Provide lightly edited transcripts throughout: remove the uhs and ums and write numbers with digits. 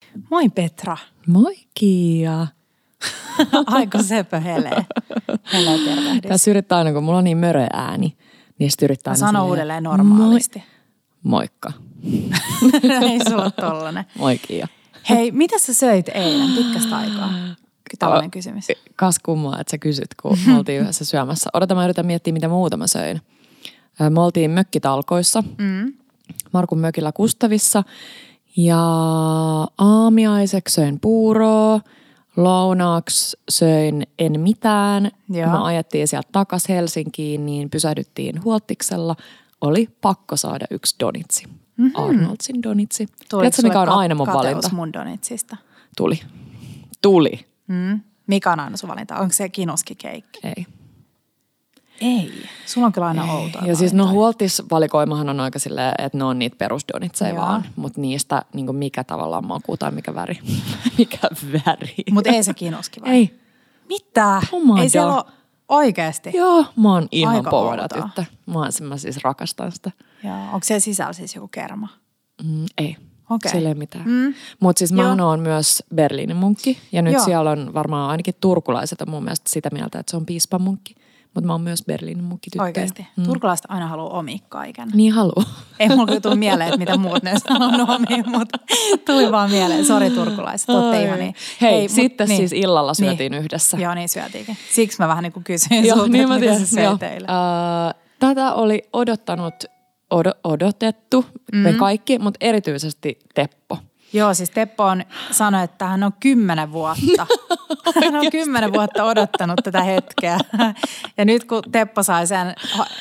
Moi Petra. Moi Kiia. Aika sepä helee. Helee tervehdys. Tässä yrittää aina, kun mulla on niin mörö ääni, niin sitten yrittää aina sano uudelleen normaalisti. Moikka. Ei sulla ole tollanen. Moi Kiia. Hei, mitä sä söit eilen pitkästä aikaa? Tällainen kysymys. Kas kummaa, että sä kysyt, kun me oltiin yhdessä syömässä. Mä yritän miettiä, mitä muuta mä söin. Me oltiin mökkitalkoissa. Markun mökillä Kustavissa. Ja aamiaiseksi söin puuroa. Lounaaksi söin en mitään. Joo. Me ajettiin sieltä takas Helsinkiin, niin pysähdyttiin Huoltiksella. Oli pakko saada yksi donitsi. Arnoldsin donitsi. Tiedätkö, mikä on aina mun valinta? Kateus mun donitsista? Tuli. Mikä on aina sun valinta? Onko se kinoskikeikki? Ei. Sulla on kyllä aina outoa. Ja siis Huoltis-valikoimahan on aika silleen, että ne on niitä perusdonitseja vaan. Mutta niistä niin mikä tavallaan maku tai mikä väri. Mikä väri. Mutta ei se kinoski vai? Ei. Mitä? Ei siellä ole oikeasti? Joo, mä oon ihan povada tyttö. Mä siis rakastan sitä. Joo. Onko siellä sisällä siis joku kerma? Ei. Okay. Sillä ei mitään. Mutta siis mä oon myös Berliinin munkki. Ja nyt siellä on varmaan ainakin turkulaiset on mun mielestä sitä mieltä, että se on piispan munkki. Mutta mä oon myös Berliinin munkki tykkää. Oikeasti. Turkulaiset aina haluaa omia kaiken. Niin haluu. Ei mulla tule mieleen, että mitä muut ne sanoo omia, mutta tuli vaan mieleen. Sori turkulaiset, ootte ihan niin. Hei sitten niin. Siis illalla syötiin yhdessä. Joo, niin syötiinkin. Siksi mä vähän niin kuin kysyin sulta, niin että mitä se söi teille. Tätä oli odotettu me kaikki, mutta erityisesti Teppo. Joo, siis Teppo sanoi, että hän on 10 vuotta. Hän on 10 vuotta odottanut tätä hetkeä. Ja nyt kun Teppo sai sen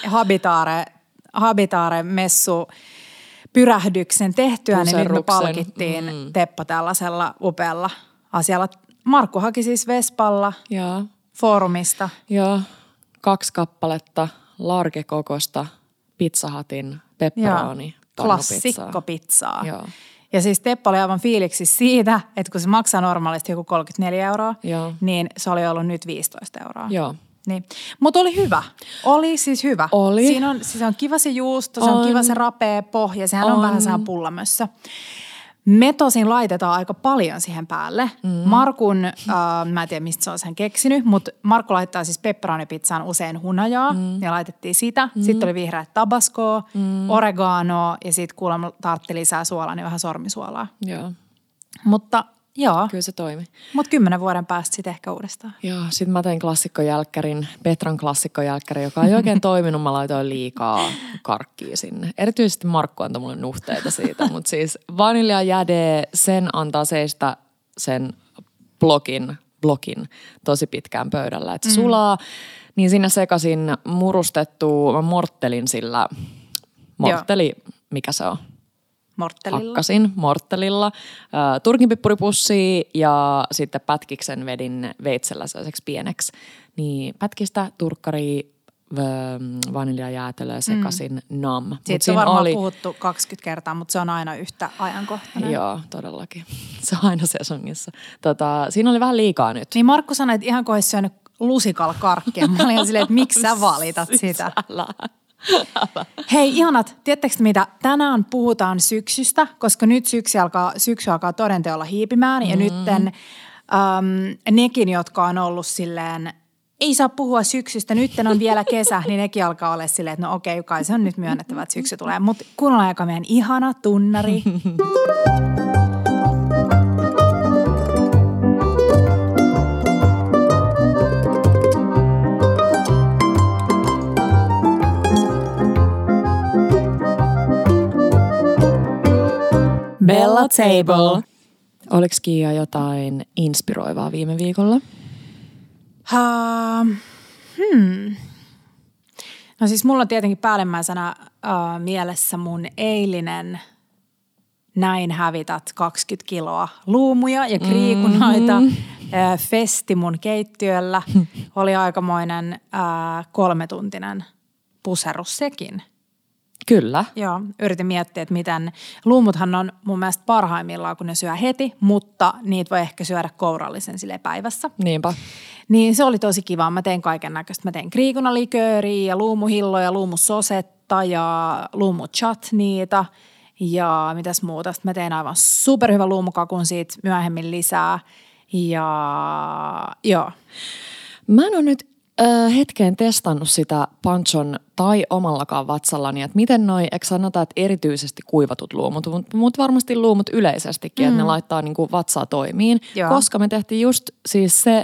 Habitaare-messu pyrähdyksen tehtyä, niin nyt me palkittiin Teppo tällaisella upealla asialla. Markku haki siis Vespalla foorumista. Joo, 2 kappaletta largekokosta Pizza Hutin pepperoni klassikkopizzaa. Joo. Ja siis Teppo oli aivan fiiliksi siitä, että kun se maksaa normaalisti joku 34 €, niin se oli ollut nyt 15 €. Joo. Niin. Mutta oli hyvä. Oli siis hyvä. Oli. Siinä on, siis on kiva se juusto, se on kiva se rapea pohja, sehän on vähän sehän pullamössä. Me tosin laitetaan aika paljon siihen päälle. Markun, mä en tiedä mistä se on sen keksinyt, mutta Markku laittaa siis pepperonipizzaan usein hunajaa ja laitettiin sitä. Sitten oli vihreä tabascoa, oreganoa ja sitten kuulemma tartti lisää suolaa, niin vähän sormisuolaa. Joo. Mutta joo. Kyllä se toimi. Mutta 10 vuoden päästä sitten ehkä uudestaan. Joo, sitten mä tein Petran klassikkojälkkärin, joka ei oikein toiminut. Mä laitoin liikaa karkkia sinne. Erityisesti Markku antoi mulle nuhteita siitä, mutta siis vaniljajäde, sen antaa seistä sen blokin tosi pitkään pöydällä. Että se sulaa, niin sinne sekasin murustettua, mä morttelin sillä, mikä se on? Hakkasin morttelilla, turkinpippuripussia ja sitten pätkiksen vedin veitsellä sellaiseksi pieneksi. Niin pätkistä, turkkaria, vaniljajäätelöä sekasin nam. Siitä on varmaan puhuttu 20 kertaa, mutta se on aina yhtä ajankohtainen. Joo, todellakin. Se on aina sesongissa. Siinä oli vähän liikaa nyt. Niin Markku sanoi, että ihan kuin olisi syönyt lusikalla karkkia. Mä olin silleen, että miksi sä valitat sitä? Hei ihanat, tiedättekö mitä? Tänään puhutaan syksystä, koska nyt syksy alkaa todenteolla hiipimään ja nytten nekin, jotka on ollut silleen, ei saa puhua syksystä, nytten on vielä kesä, niin nekin alkaa olla silleen, että no okei, kai se on nyt myönnettävä, että syksy tulee. Mutta kuunnellaan aika meidän ihana tunnari. Bella Table. Oliko Kiia jotain inspiroivaa viime viikolla? No siis mulla on tietenkin päällimmäisenä mielessä mun eilinen näin hävität 20 kiloa luumuja ja kriikunoita festi mun keittiöllä. Oli aikamoinen 3-tuntinen puserus sekin. Kyllä. Joo, yritin miettiä, että miten luumuthan on mun mielestä parhaimmillaan, kun ne syö heti, mutta niitä voi ehkä syödä kourallisen silleen päivässä. Niinpä. Niin se oli tosi kiva. Mä tein kaiken näköistä. Mä tein kriikunalikööriä ja luumuhilloja, luumusosetta ja luumuchutneita. Ja mitäs muuta. Sitten mä tein aivan superhyvä luumukakun siitä myöhemmin lisää. Ja joo. Mä en ole nyt hetkeen testannut sitä panchon tai omallakaan vatsallani, että miten eikö sanota, että erityisesti kuivatut luumut, mutta varmasti luumut yleisestikin, että ne laittaa niinku vatsaa toimiin, koska me tehtiin just siis se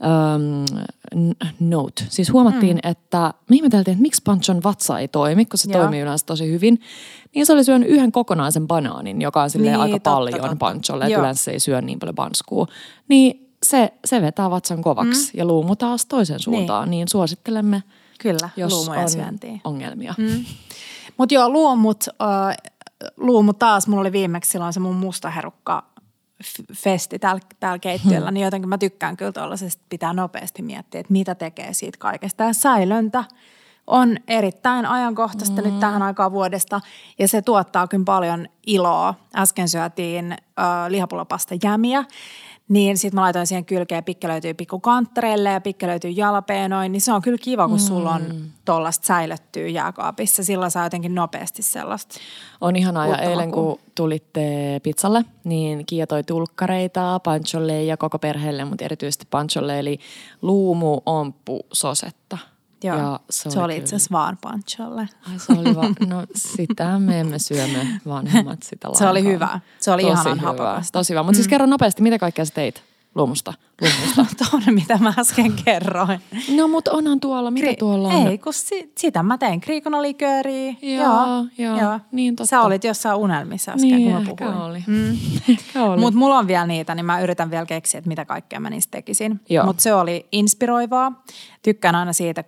note. Siis huomattiin, että me ihmeteltiin, että miksi panchon vatsa ei toimi, kun se toimii yleensä tosi hyvin. Niin se oli syönyt yhden kokonaisen banaanin, joka on silleen aika paljon pancholle, että yleensä se ei syö niin paljon banskua. Niin se vetää vatsan kovaksi ja luumu taas toisen suuntaan, niin suosittelemme, kyllä, jos on ongelmia. Mutta joo, luumut taas, mulla oli viimeksi silloin se mun mustaherukka festi täällä keittiöllä, niin jotenkin mä tykkään kyllä tuollaisesta, pitää nopeasti miettiä, että mitä tekee siitä kaikesta. Ja säilöntä on erittäin ajankohtaista nyt tähän aikaan vuodesta ja se tuottaa kyllä paljon iloa. Äsken syötiin lihapullapasta jämiä. Niin sit mä laitoin siihen kylkeen pikkelöityy pikkukanttereille ja pikkelöityy jalapenoin, niin se on kyllä kiva, kun sulla on tollaista säilöttyä jääkaapissa. Silloin saa jotenkin nopeasti sellaista. On ihanaa ja eilen kun tulitte pizzalle, niin Kiia toi tulkkareita pancholle ja koko perheelle, mutta erityisesti pancholle, eli luumu, omppu, sosetta. Joo, ja se oli itse asiassa vaan pancholle. Ai se oli vaan, no sitä me emme syömme vanhemmat sitä lainkaan. Se oli hyvä, se oli ihanan hapakasta. Tosi hyvä, mutta siis kerro nopeasti, mitä kaikkea sä teit luumusta? Tuonne, mitä mä äsken kerroin. No mutta onhan tuolla, mitä tuolla on? Ei, kun sitä mä tein, kriikonalikööriä. Joo, niin totta. Sä olit jossain unelmissa äsken, niin, kun mä puhuin. Ehkä oli. Mutta mulla on vielä niitä, niin mä yritän vielä keksiä, että mitä kaikkea mä niistä tekisin. Mutta se oli inspiroivaa. Tykkään aina siitä,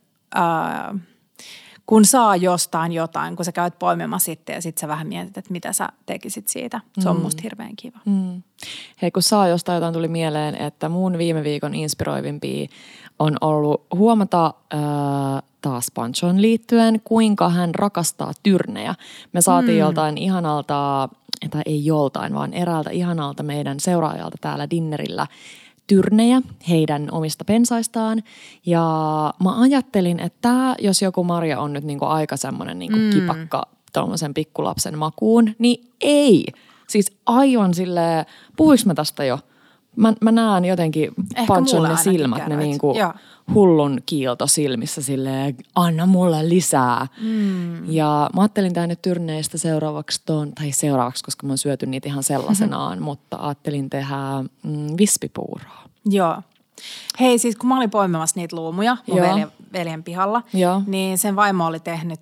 kun saa jostain jotain, kun sä käyt poimimassa sitten ja sitten sä vähän mietit, että mitä sä tekisit siitä. Se on musta hirveän kiva. Hei, kun saa jostain jotain, tuli mieleen, että mun viime viikon inspiroivimpia on ollut huomata taas Panchon liittyen, kuinka hän rakastaa tyrnejä. Me saatiin joltain ihanalta, tai ei joltain, vaan eräältä ihanalta meidän seuraajalta täällä dinnerillä tyrnejä heidän omista pensaistaan. Ja mä ajattelin, että jos joku marja on nyt niinku aika semmoinen niinku kipakka tommosen pikkulapsen makuun, niin ei. Siis aivan silleen, puhuinko mä tästä jo? Mä näen jotenkin Panchon ne silmät, ne niinku hullun kiilto silmissä silleen, anna mulle lisää. Ja mä ajattelin tehdä nyt tyrneistä seuraavaksi, koska mä oon syöty niitä ihan sellaisenaan, mutta ajattelin tehdä vispipuuroa. Joo. Hei, siis kun mä olin poimimassa niitä luumuja mun veljen pihalla, niin sen vaimo oli tehnyt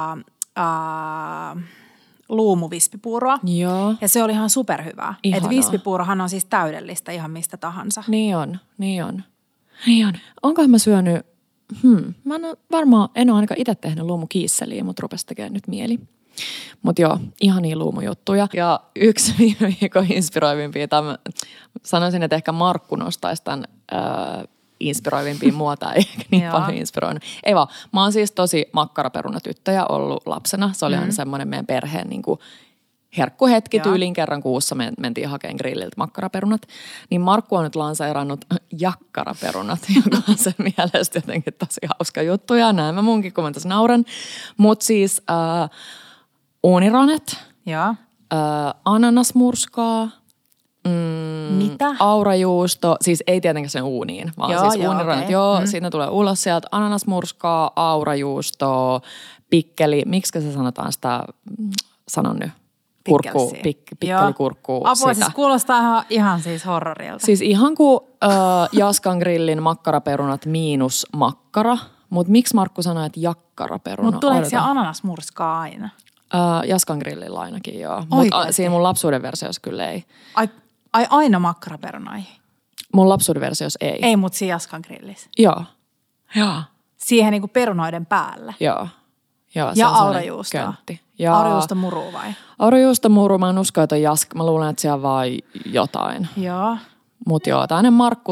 luumuvispipuuroa. Joo. Ja se oli ihan superhyvää. Että vispipuurohan on siis täydellistä ihan mistä tahansa. Niin on. Onkohan mä syönyt, mä en ole ainakaan itse tehnyt luumukiisseliä, mutta rupesi tekemään nyt mieli. Mutta joo, ihania luumujuttuja. Ja yksi viime viikon inspiroivimpia, sanoisin, että ehkä Markku nostaisi tämän inspiroivimpia muotoa, eikä niin paljon inspiroinut. Ei vaan, mä oon siis tosi makkaraperunatyttöjä ollut lapsena. Se oli aina semmoinen meidän perheen niin kuin herkkuhetki tyyliin kerran kuussa. Me mentiin hakemaan grilliltä makkaraperunat. Niin Markku on nyt lanseerannut jakkaraperunat, joka on sen mielestä jotenkin tosi hauska juttu. Ja näin mä munkin, kun mä tässä nauran. Mutta siis uuniranet, ananasmurskaa, mitä? Aurajuusto, siis ei tietenkään sen uuniin, vaan siis uuniranet. Okay. Siinä tulee ulos sieltä ananasmurskaa, aurajuusto, pikkeli, miksi se sanotaan sitä, sanon nyt. Pikkelikurkkuu. Apua, siis kuulostaa ihan siis horrorilta. Siis ihan kuin Jaskan grillin makkaraperunat miinus makkara. Mutta miksi Markku sanoi, että jakkaraperuna? Mutta tuleeko se ananasmurskaa aina? Jaskan grillillä ainakin, joo. Mutta siinä mun lapsuuden versiossa kyllä ei. Ai aina makkaraperunoihin? Mun lapsuuden versiossa ei. Ei, mutta siinä Jaskan grillissä? Joo. Siihen niinku perunoiden päälle? Joo, ja aurajuustoa? Aurajuustomuru vai? Aurajuustomuru, mä en usko, että on Jask. Mä luulen, että siellä on vaan jotain. Joo. Mutta joo, tämmöinen Markku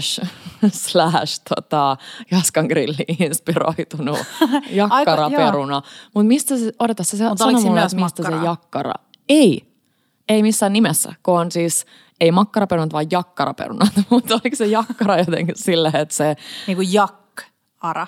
Jaskan grilliin inspiroitunut jakkaraperuna. Mutta mistä se, odota, se sano mulle, että mistä se jakkara? Ei missään nimessä, kun on siis, ei makkaraperunat, vaan jakkaraperunat. Mutta oliko se jakkara jotenkin silleen, että se... Niin kuin Ara.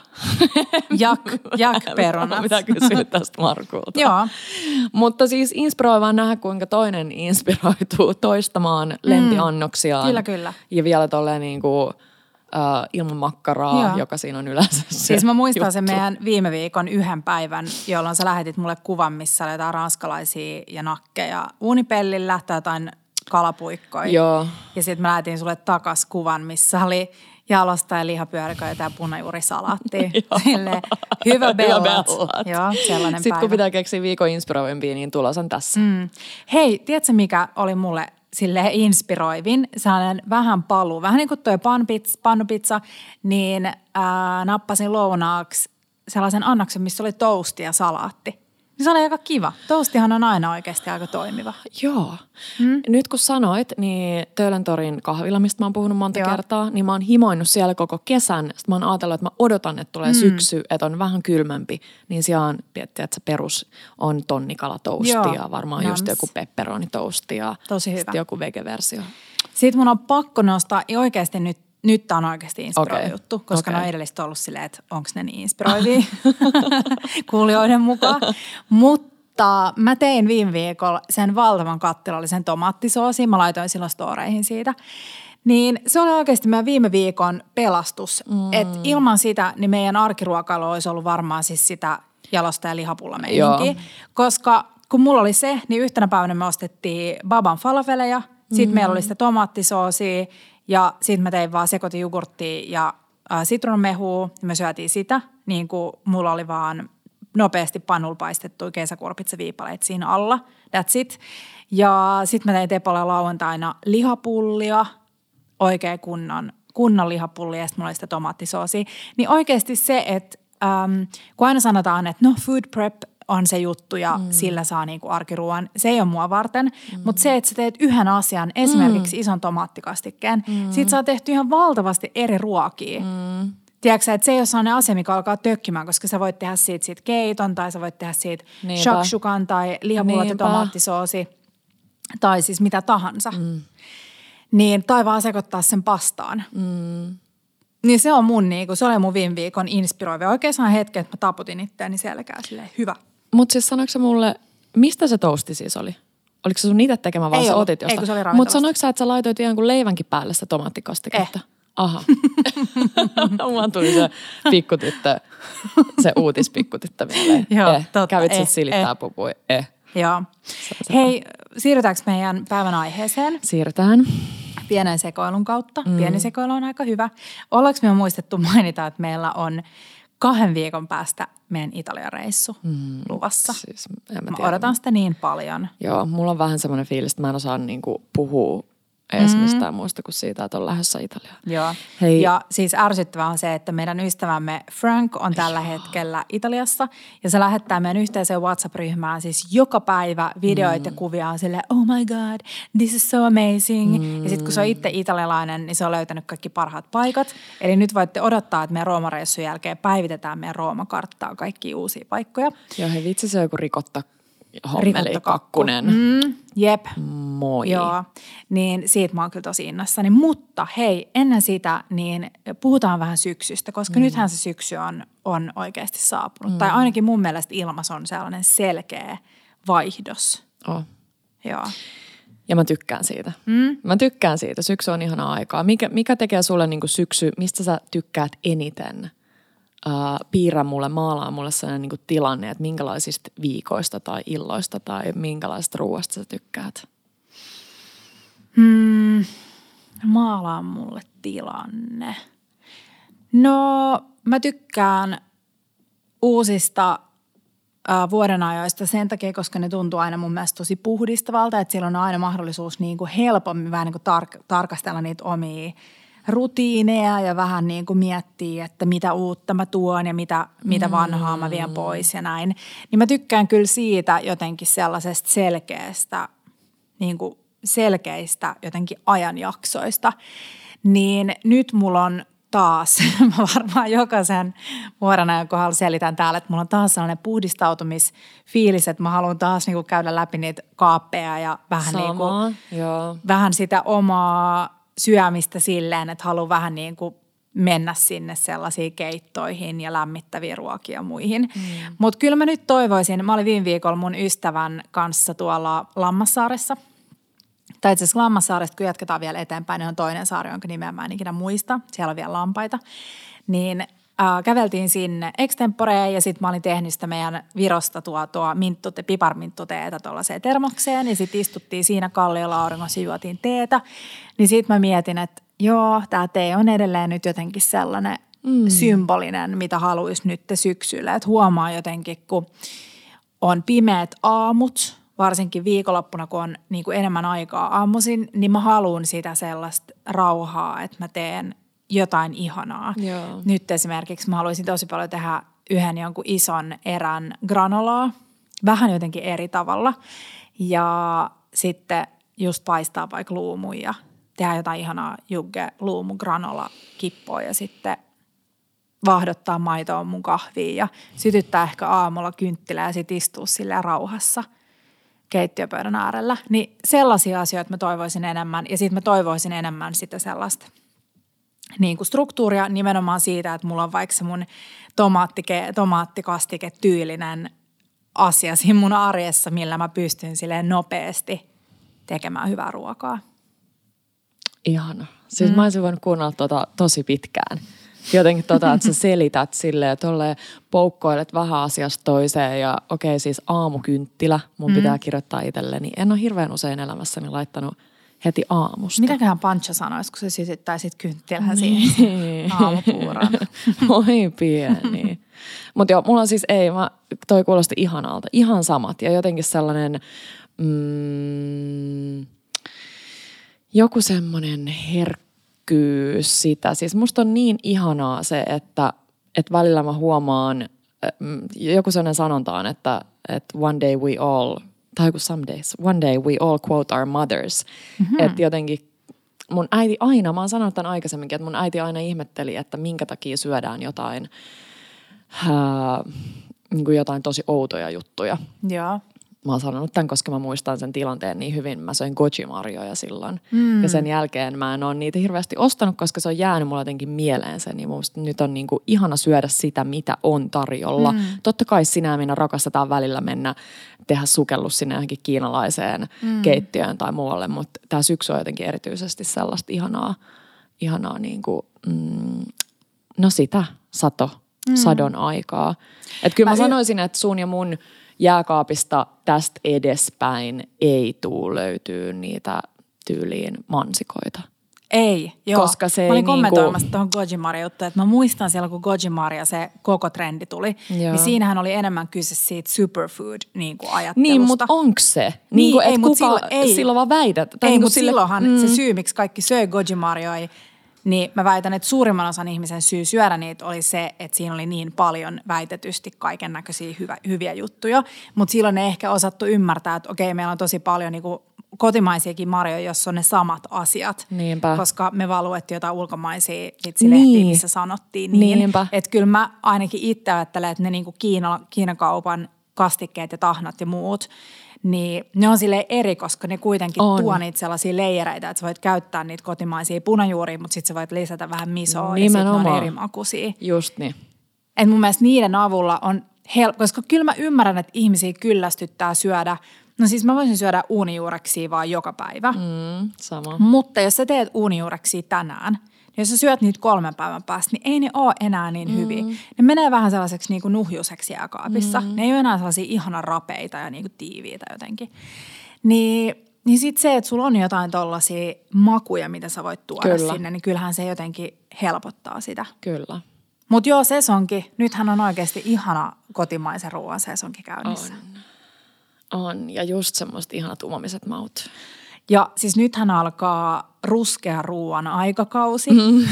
Perunat. Mitä kysyä tästä Markulta. Joo. Mutta siis inspiroivaa nähdä, kuinka toinen inspiroituu toistamaan lempiannoksiaan. Kyllä. Ja vielä tolleen niinku ilman makkaraa, joo, joka siinä on yleensä se Siis mä muistan juttu. sen meidän viime viikon yhden päivän, jolloin sä lähetit mulle kuvan, missä oli jotain ranskalaisia ja nakkeja uunipellillä tai jotain kalapuikkoja. Joo. Ja sitten mä lähetin sulle takas kuvan, missä oli jalosta ja lihapyöriköitä ja punajuurisalaattia. Silleen, hyvä bellat. Joo, sellainen Sitten päivä. kun pitää keksiä viikon inspiroivimpia, niin tulos on tässä. Hei, tiedätkö mikä oli mulle silleen inspiroivin? Sellainen vähän paluu, vähän niin kuin tuo pannupizza, niin nappasin lounaaksi sellaisen annoksen, missä oli toasti ja salaatti. Niin se oli aika kiva. Toastihan on aina oikeasti aika toimiva. Joo. Nyt kun sanoit, niin Töölöntorin kahvilla, mistä mä oon puhunut monta kertaa, niin mä oon himoinut siellä koko kesän. Sitten mä oon ajatellut, että mä odotan, että tulee syksy, että on vähän kylmempi. Niin sijaan, että perus on tonnikalatoastia ja varmaan just joku pepperonitoasti ja sitten joku vegeversio. Sitten mun on pakko nostaa, ja oikeasti nyt tää on oikeasti inspiroiva juttu, koska ne on edellistä ollut silleen, että onko ne niin inspiroivia kuulijoiden mukaan. Mutta mä tein viime viikolla sen valtavan kattilallisen tomaattisoosin. Mä laitoin silloin storeihin siitä. Niin se oli oikeasti meidän viime viikon pelastus. Että ilman sitä, niin meidän arkiruokailu olisi ollut varmaan siis sitä jalosta ja lihapullameininkiä. Koska kun mulla oli se, niin yhtenä päivänä me ostettiin baban falafeleja. Sitten meillä oli sitä tomaattisoosia. Ja sitten mä tein vaan sekoitin jogurttia ja sitruunamehua. Me syötiin sitä, niin kuin mulla oli vaan nopeasti pannulla paistettuja kesäkurpitsaviipaleita siinä alla. That's it. Ja sitten mä tein Tepolle lauantaina lihapullia, oikein kunnon lihapullia ja sitten mulla oli sitä tomaattisoosia. Niin oikeasti se, että kun aina sanotaan, että no food prep on se juttu ja sillä saa niinku arkiruoan. Se ei ole mua varten, mutta se, että sä teet yhden asian, esimerkiksi ison tomaattikastikkeen, siitä saa tehty ihan valtavasti eri ruokia. Tiedätkö, että se ei ole sellainen asia, mikä alkaa tökkimään, koska sä voit tehdä siitä keiton tai sä voit tehdä siitä shakshukan tai lihapullat ja tomaattisoosi tai siis mitä tahansa. Niin, tai vaan sekoittaa sen pastaan. Niin se on se oli mun viime viikon inspiroiva. Oikeastaan hetki, että mä taputin itseäni selkää silleen, hyvä. Mutta siis sanoiko sä mulle, mistä se toasti siis oli? Oliko se sun itse tekemä vaan sä otit jostain? Ei, kun se oli ravintolasta. Mutta sanoiko sä, että sä laitoit ihan kuin leivänkin päälle sitä tomaattikastiketta? Aha. Mulla tuli se pikkutyttö, se uutispikkutyttö mieleen. Joo, totta. Kävit sit silittää pupui. Joo. Hei, siirrytäänkö meidän päivän aiheeseen? Siirrytään. Pienen sekoilun kautta. Pieni sekoilu on aika hyvä. Ollaanko me muistettu mainita, että meillä on 2 viikon päästä meidän Italia-reissu luvassa? Siis, mä odotan sitä niin paljon. Joo, mulla on vähän semmoinen fiilis, että mä en osaa niinku puhua edes mistään muusta kuin siitä, että on lähdössä Italiaan. Joo. Hei. Ja siis ärsyttävää on se, että meidän ystävämme Frank on tällä hetkellä Italiassa ja se lähettää meidän yhteiseen WhatsApp-ryhmään siis joka päivä videoita ja kuvia on silleen, oh my god, this is so amazing. Ja sitten kun se on itse italialainen, niin se on löytänyt kaikki parhaat paikat. Eli nyt voitte odottaa, että meidän Rooma-reissun jälkeen päivitetään meidän Rooma-karttaa kaikkia uusia paikkoja. Joo, hei vitsi se on joku rikottakakkunen. Jep. Moi. Joo, niin siitä mä oon kyllä tosi innoissani. Mutta hei, ennen sitä niin puhutaan vähän syksystä, koska nythän se syksy on oikeasti saapunut. Tai ainakin mun mielestä ilmassa on sellainen selkeä vaihdos. Oh. Joo. Ja mä tykkään siitä. Mä tykkään siitä. Syksy on ihanaa aikaa. Mikä tekee sulle niin kuin syksy, mistä sä tykkäät eniten? Piirrä mulle, maalaa mulle sellainen niin kuin tilanne, että minkälaisista viikoista tai illoista tai minkälaisesta ruuasta sä tykkäät? Maalaa mulle tilanne. No, mä tykkään uusista vuodenajoista sen takia, koska ne tuntuu aina mun mielestä tosi puhdistavalta, että siellä on aina mahdollisuus niin kuin helpommin vähän niin kuin tarkastella niitä omia rutiineja ja vähän niin kuin miettiä, että mitä uutta mä tuon ja mitä vanhaa mä vien pois ja näin. Niin mä tykkään kyllä siitä jotenkin sellaisesta selkeistä jotenkin ajanjaksoista. Niin nyt mulla on taas, mä varmaan jokaisen vuoronajan kohdalla selitän täällä, että mulla on taas sellainen puhdistautumisfiilis, että mä haluan taas niin kuin käydä läpi niitä kaappeja ja vähän, niin kuin, vähän sitä omaa syömistä silleen, että haluan vähän niin kuin mennä sinne sellaisiin keittoihin ja lämmittäviin ruokia ja muihin. Mutta kyllä mä nyt toivoisin, mä olin viime viikolla mun ystävän kanssa tuolla Lammassaaressa. Tai itse asiassa Lammassaaresta, kun jatketaan vielä eteenpäin, niin on toinen saari, jonka nimeä mä en ikinä muista. Siellä on vielä lampaita. Niin käveltiin sinne extemporeen ja sitten mä olin tehnyt sitä meidän Virosta tuo piparminttuteetä tuollaiseen termokseen. Ja sitten istuttiin siinä kalliolla auringossa ja juotiin teetä. Niin sitten mä mietin, että joo, tämä tee on edelleen nyt jotenkin sellainen symbolinen, mitä haluaisi nyt syksyllä. Että huomaa jotenkin, kun on pimeät aamut, varsinkin viikonloppuna, kun on niin kuin enemmän aikaa aamuisin, niin mä haluan sitä sellaista rauhaa, että mä teen jotain ihanaa. Joo. Nyt esimerkiksi mä haluaisin tosi paljon tehdä yhden jonkun ison erän granolaa, vähän jotenkin eri tavalla. Ja sitten just paistaa vaikka luumuja ja tehdä jotain ihanaa jugge luumu granola kippoa ja sitten vahdottaa maitoa mun kahviin ja sytyttää ehkä aamulla kynttilää ja sitten istua silleen rauhassa keittiöpöydän äärellä. Niin sellaisia asioita mä toivoisin enemmän ja sitten mä toivoisin enemmän sitä sellaista niin kuin struktuuria nimenomaan siitä, että mulla on vaikka se mun tomaattikastike tyylinen asia siinä mun arjessa, millä mä pystyn silleen nopeasti tekemään hyvää ruokaa. Ihana. Siis mä olisin voinut kuunnella tosi pitkään. Jotenkin että sä selität silleen, että tolleen poukkoilet vähän asiasta toiseen ja okei, siis aamukynttilä mun pitää kirjoittaa itselleni. En ole hirveän usein elämässäni laittanut heti aamusta. Mitäköhän Pancha sanoisi, kun se sytyttäisit kynttilän siihen aamupuuroon? Oi pieni. Mutta joo, mulla on siis toi kuulosti ihanalta. Ihan samat ja jotenkin sellainen joku semmoinen herkkyys sitä. Siis musta on niin ihanaa se, että välillä mä huomaan, joku sellainen sanontaan, että one day we all, tai joku some days, one day we all quote our mothers. Että jotenkin mun äiti aina, mä oon sanonut tämän aikaisemminkin, että mun äiti aina ihmetteli, että minkä takia syödään jotain, niin kuin jotain tosi outoja juttuja. Joo. Mä oon sanonut tämän, koska mä muistan sen tilanteen niin hyvin. Mä söin goji-marjoja silloin. Ja sen jälkeen mä en ole niitä hirveästi ostanut, koska se on jäänyt mulla jotenkin mieleen sen. Niin musta nyt on niinku ihana syödä sitä, mitä on tarjolla. Totta kai sinä ja minä rakastetaan välillä mennä tehdä sukellus sinne johonkin kiinalaiseen keittiöön tai muualle. Mutta tää syksy on jotenkin erityisesti sellaista ihanaa niinku, no sitä sadon aikaa. Että kyllä mä sanoisin, että sun ja mun jääkaapista tästä edespäin ei löytyy niitä tyyliin mansikoita. Ei, joo. Koska se mä olin ei kommentoimassa tuohon Goji-Marja-juttuun, että mä muistan siellä, kun Goji-Marja se koko trendi tuli, niin siinähän oli enemmän kyse siitä superfood-ajattelusta. Niin, mutta onko se? Niin, ei, mutta silloin vaan väität. Ei, mutta silloinhan se syy, miksi kaikki söi Goji-Marjoja, niin mä väitän, että suurimman osan ihmisen syy syödä niitä oli se, että siinä oli niin paljon väitetysti kaiken näköisiä hyviä juttuja. Mutta silloin ei ehkä osattu ymmärtää, että okei, meillä on tosi paljon niinku kotimaisiakin marjoja, jossa on ne samat asiat. Niinpä. Koska me vaan luettiin jotain ulkomaisia vitsilehtiä, missä sanottiin niin. Että kyllä mä ainakin itse ajattelen, että ne niinku Kiinakaupan kastikkeet ja tahnat ja muut, niin ne on silleen eri, koska ne kuitenkin tuo niitä sellaisia leijereitä, että sä voit käyttää niitä kotimaisia punajuuria, mutta sitten sä voit lisätä vähän misoa ja sitten ne on eri makuisia. Just niin. Et mun mielestä niiden avulla on koska kyllä mä ymmärrän, että ihmisiä kyllästyttää syödä. No siis mä voisin syödä uunijuureksia vaan joka päivä. Sama. Mutta jos sä teet uunijuureksia tänään, niin jos sä syöt niitä 3 päivän päästä, niin ei ne ole enää niin hyviä. Ne menee vähän sellaiseksi niin kuin nuhjuseksi jääkaapissa. Ne ei ole enää sellaisia ihanan rapeita ja niin kuin tiiviitä jotenkin. Niin sitten se, että sulla on jotain tollaisia makuja, mitä sä voit tuoda sinne, niin kyllähän se jotenkin helpottaa sitä. Kyllä. Mutta joo, sesonki. Nythän on oikeasti ihana kotimaisen ruoan sesonki käynnissä. On. Ja just semmoiset ihanat umamiset maut. Ja siis nythän alkaa ruskea ruoan aikakausi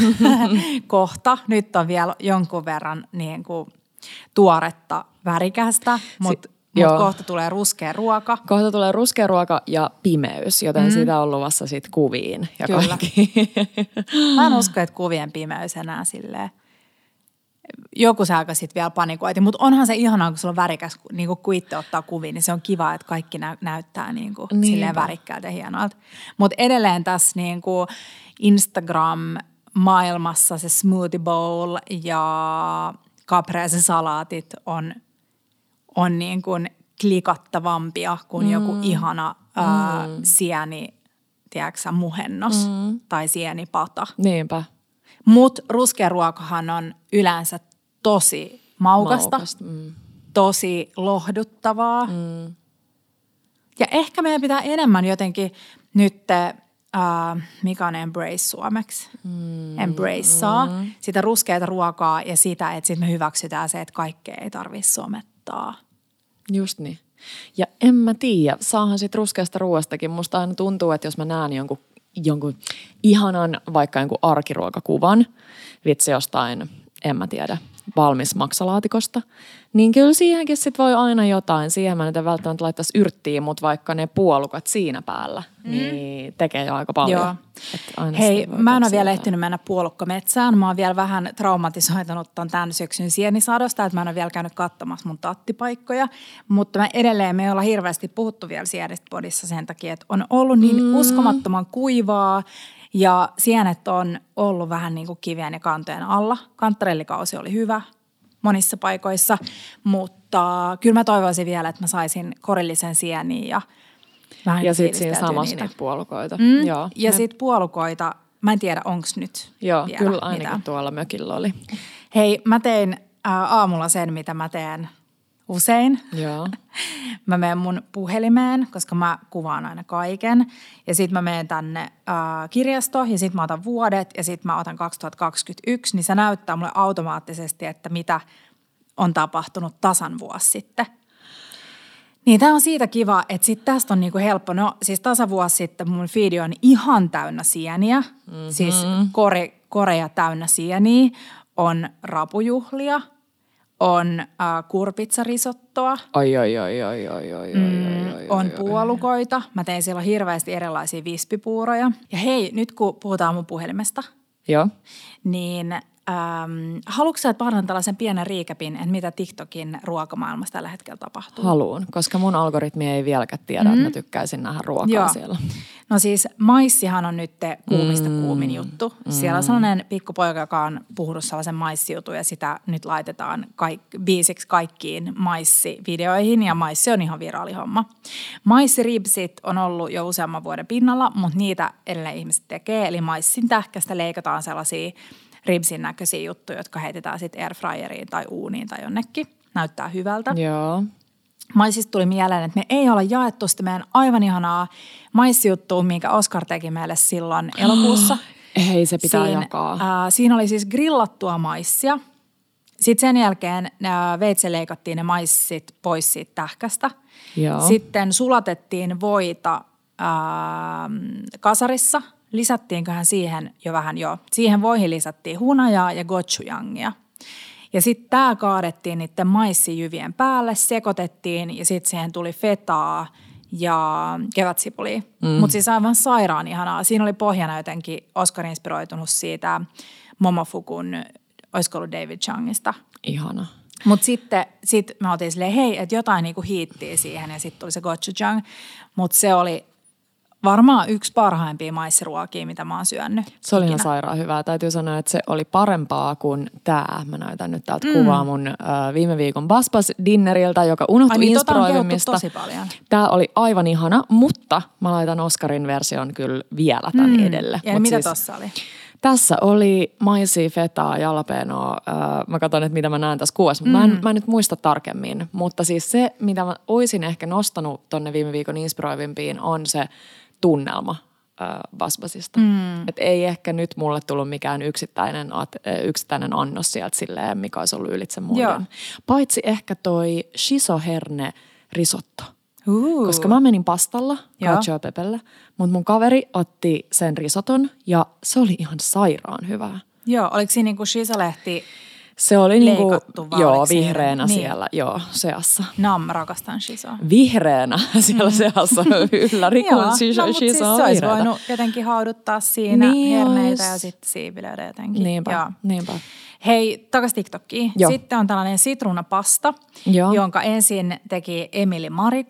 kohta. Nyt on vielä jonkun verran niin kuin tuoretta värikästä, mutta kohta tulee ruskea ruoka. Kohta tulee ruskea ruoka ja pimeys, joten siitä on luvassa sitten kuviin ja kaikki. Mä en usko, että kuvien pimeys enää silleen. Joku se aika sitten vielä panikoiti, mutta onhan se ihanaa, kun sulla on värikäs, niin kun itse ottaa kuvia, niin se on kiva, että kaikki näyttää niin silleen värikkäältä ja hienolta. Mutta edelleen tässä niin kuin Instagram maailmassa se smoothie bowl ja caprese-salaatit on niin kuin klikattavampia kuin joku ihana sieni, tiedätkö, muhennos tai sienipata. Niinpä. Mut ruskea ruokahan on yleensä tosi maukasta. Tosi lohduttavaa. Ja ehkä meidän pitää enemmän jotenkin nyt, mikä on embrace suomeksi? Embracea sitä ruskeata ruokaa ja sitä, että sitten me hyväksytään se, että kaikkea ei tarvitse somettaa. Just niin. Ja en mä tiedä, saahan sit ruskeasta ruoastakin. Musta aina tuntuu, että jos mä näen jonkun ihanan vaikka jonkun arkiruokakuvan, vitsi jostain, en mä tiedä, valmis maksalaatikosta, niin kyllä siihenkin sit voi aina jotain. Siihen mä nyt en välttämättä laittaisi yrttiä, mutta vaikka ne puolukat siinä päällä, niin tekee jo aika paljon. Hei, mä en ole vielä ehtinyt mennä puolukkametsään. Mä oon vielä vähän traumatisoitunut tämän syksyn sienisadosta, että mä en ole vielä käynyt katsomassa mun tattipaikkoja. Mutta me ollaan hirveästi puhuttu vielä sienistä podissa sen takia, että on ollut niin uskomattoman kuivaa. Ja sienet on ollut vähän niin kuin kivien ja kantojen alla. Kantarellikausi oli hyvä monissa paikoissa, mutta kyllä mä toivoisin vielä, että mä saisin korillisen sieniä ja vähän ja sitten siinä samassa niitä puolukoita. Joo. Ja sitten puolukoita, mä en tiedä onko nyt joo, vielä kyllä ainakin mitään. Tuolla mökillä oli. Hei, mä tein aamulla sen, mitä mä teen usein. Joo. Mä menen mun puhelimeen, koska mä kuvaan aina kaiken. Ja sit mä menen tänne kirjastoon ja sit mä otan vuodet ja sit mä otan 2021. Niin se näyttää mulle automaattisesti, että mitä on tapahtunut tasan vuosi sitten. Niin tää on siitä kiva, että sit tästä on niinku helppo. No siis tasan vuosi sitten mun feedi on ihan täynnä sieniä. Siis korea täynnä sieniä. On rapujuhlia. On kurpitsarisottoa. On puolukoita. Mä tein siellä hirveästi erilaisia vispipuuroja. Ja hei, nyt kun puhutaan mun puhelimesta, joo. Niin haluatko sä, että parhaan tällaisen pienen recapin, että mitä TikTokin ruokamaailmassa tällä hetkellä tapahtuu? Haluun, koska mun algoritmi ei vieläkään tiedä, että mä tykkäisin nähdä ruokaa siellä. No siis maissihan on nyt kuumista kuumin juttu. Siellä on sellainen pikkupoika, joka on puhunut sellaisen maissijutun ja sitä nyt laitetaan biisiksi kaikkiin maissivideoihin ja maissi on ihan viraalihomma. Maissiribsit on ollut jo useamman vuoden pinnalla, mutta niitä edelleen ihmiset tekee. Eli maissin tähkästä leikataan sellaisia ribsin näköisiä juttuja, jotka heitetään sitten airfryeriin tai uuniin tai jonnekin. Näyttää hyvältä. Joo. Maissista tuli mieleen, että me ei olla jaettu sitä meidän aivan ihanaa maissijuttua, minkä Oscar teki meille silloin elokuussa. Ei, se pitää jakaa. Siinä oli siis grillattua maissia. Sitten sen jälkeen veitse leikattiin ne maissit pois siitä tähkästä. Joo. Sitten sulatettiin voita kasarissa. Lisättiinköhän siihen jo vähän jo. Siihen voihin lisättiin hunajaa ja gochujangia. Ja sitten tämä kaadettiin niiden maissijyvien päälle, sekoitettiin ja sitten siihen tuli fetaa ja kevätsipulia. Mutta siis aivan sairaan ihanaa. Siinä oli pohjana jotenkin Oscar inspiroitunut siitä Momofukun, olisiko ollut David Changista. Ihana. Mutta sitten me oltiin silleen, hei, että jotain niinku hiittiä siihen ja sitten tuli se gochujang. Mutta se oli varmaan yksi parhaimpia maissiruokia, mitä mä oon syönyt. Se oli ihan sairaan hyvää. Täytyy sanoa, että se oli parempaa kuin tämä. Mä näytän nyt täältä kuvaa mun viime viikon Baspas-dinneriltä, joka unohtui inspiroivimmista. Tosi paljon. Tämä oli aivan ihana, mutta mä laitan Oscarin version kyllä vielä tän edelle. Ja mitä tossa oli? Tässä oli maisia, fetaa, jalapenoa. Mä katson, että mitä mä näen tässä kuvassa. Mä en nyt muista tarkemmin, mutta siis se, mitä mä oisin ehkä nostanut tonne viime viikon inspiroivimpiin, on se tunnelma Basbasista. Et ei ehkä nyt mulle tullut mikään yksittäinen annos sieltä silleen, mikä olisi ollut ylitse muiden. Joo. Paitsi ehkä toi shiso herne risotto. Koska mä menin pastalla, cacio e pepellä, mutta mun kaveri otti sen risoton ja se oli ihan sairaan hyvää. Joo, oliko siinä niinku shiso-lehti se oli niinku, joo, vihreänä niin. Siellä, joo, seassa. Mä rakastan shisoa. Vihreänä siellä seassa ylläri, kun shiso on siis se olisi voinut jotenkin hauduttaa siinä niin herneitä ja sitten siivilöidä jotenkin. Niinpä. Hei, takas TikTokiin. Joo. Sitten on tällainen sitruunapasta, jonka ensin teki Emili Mariko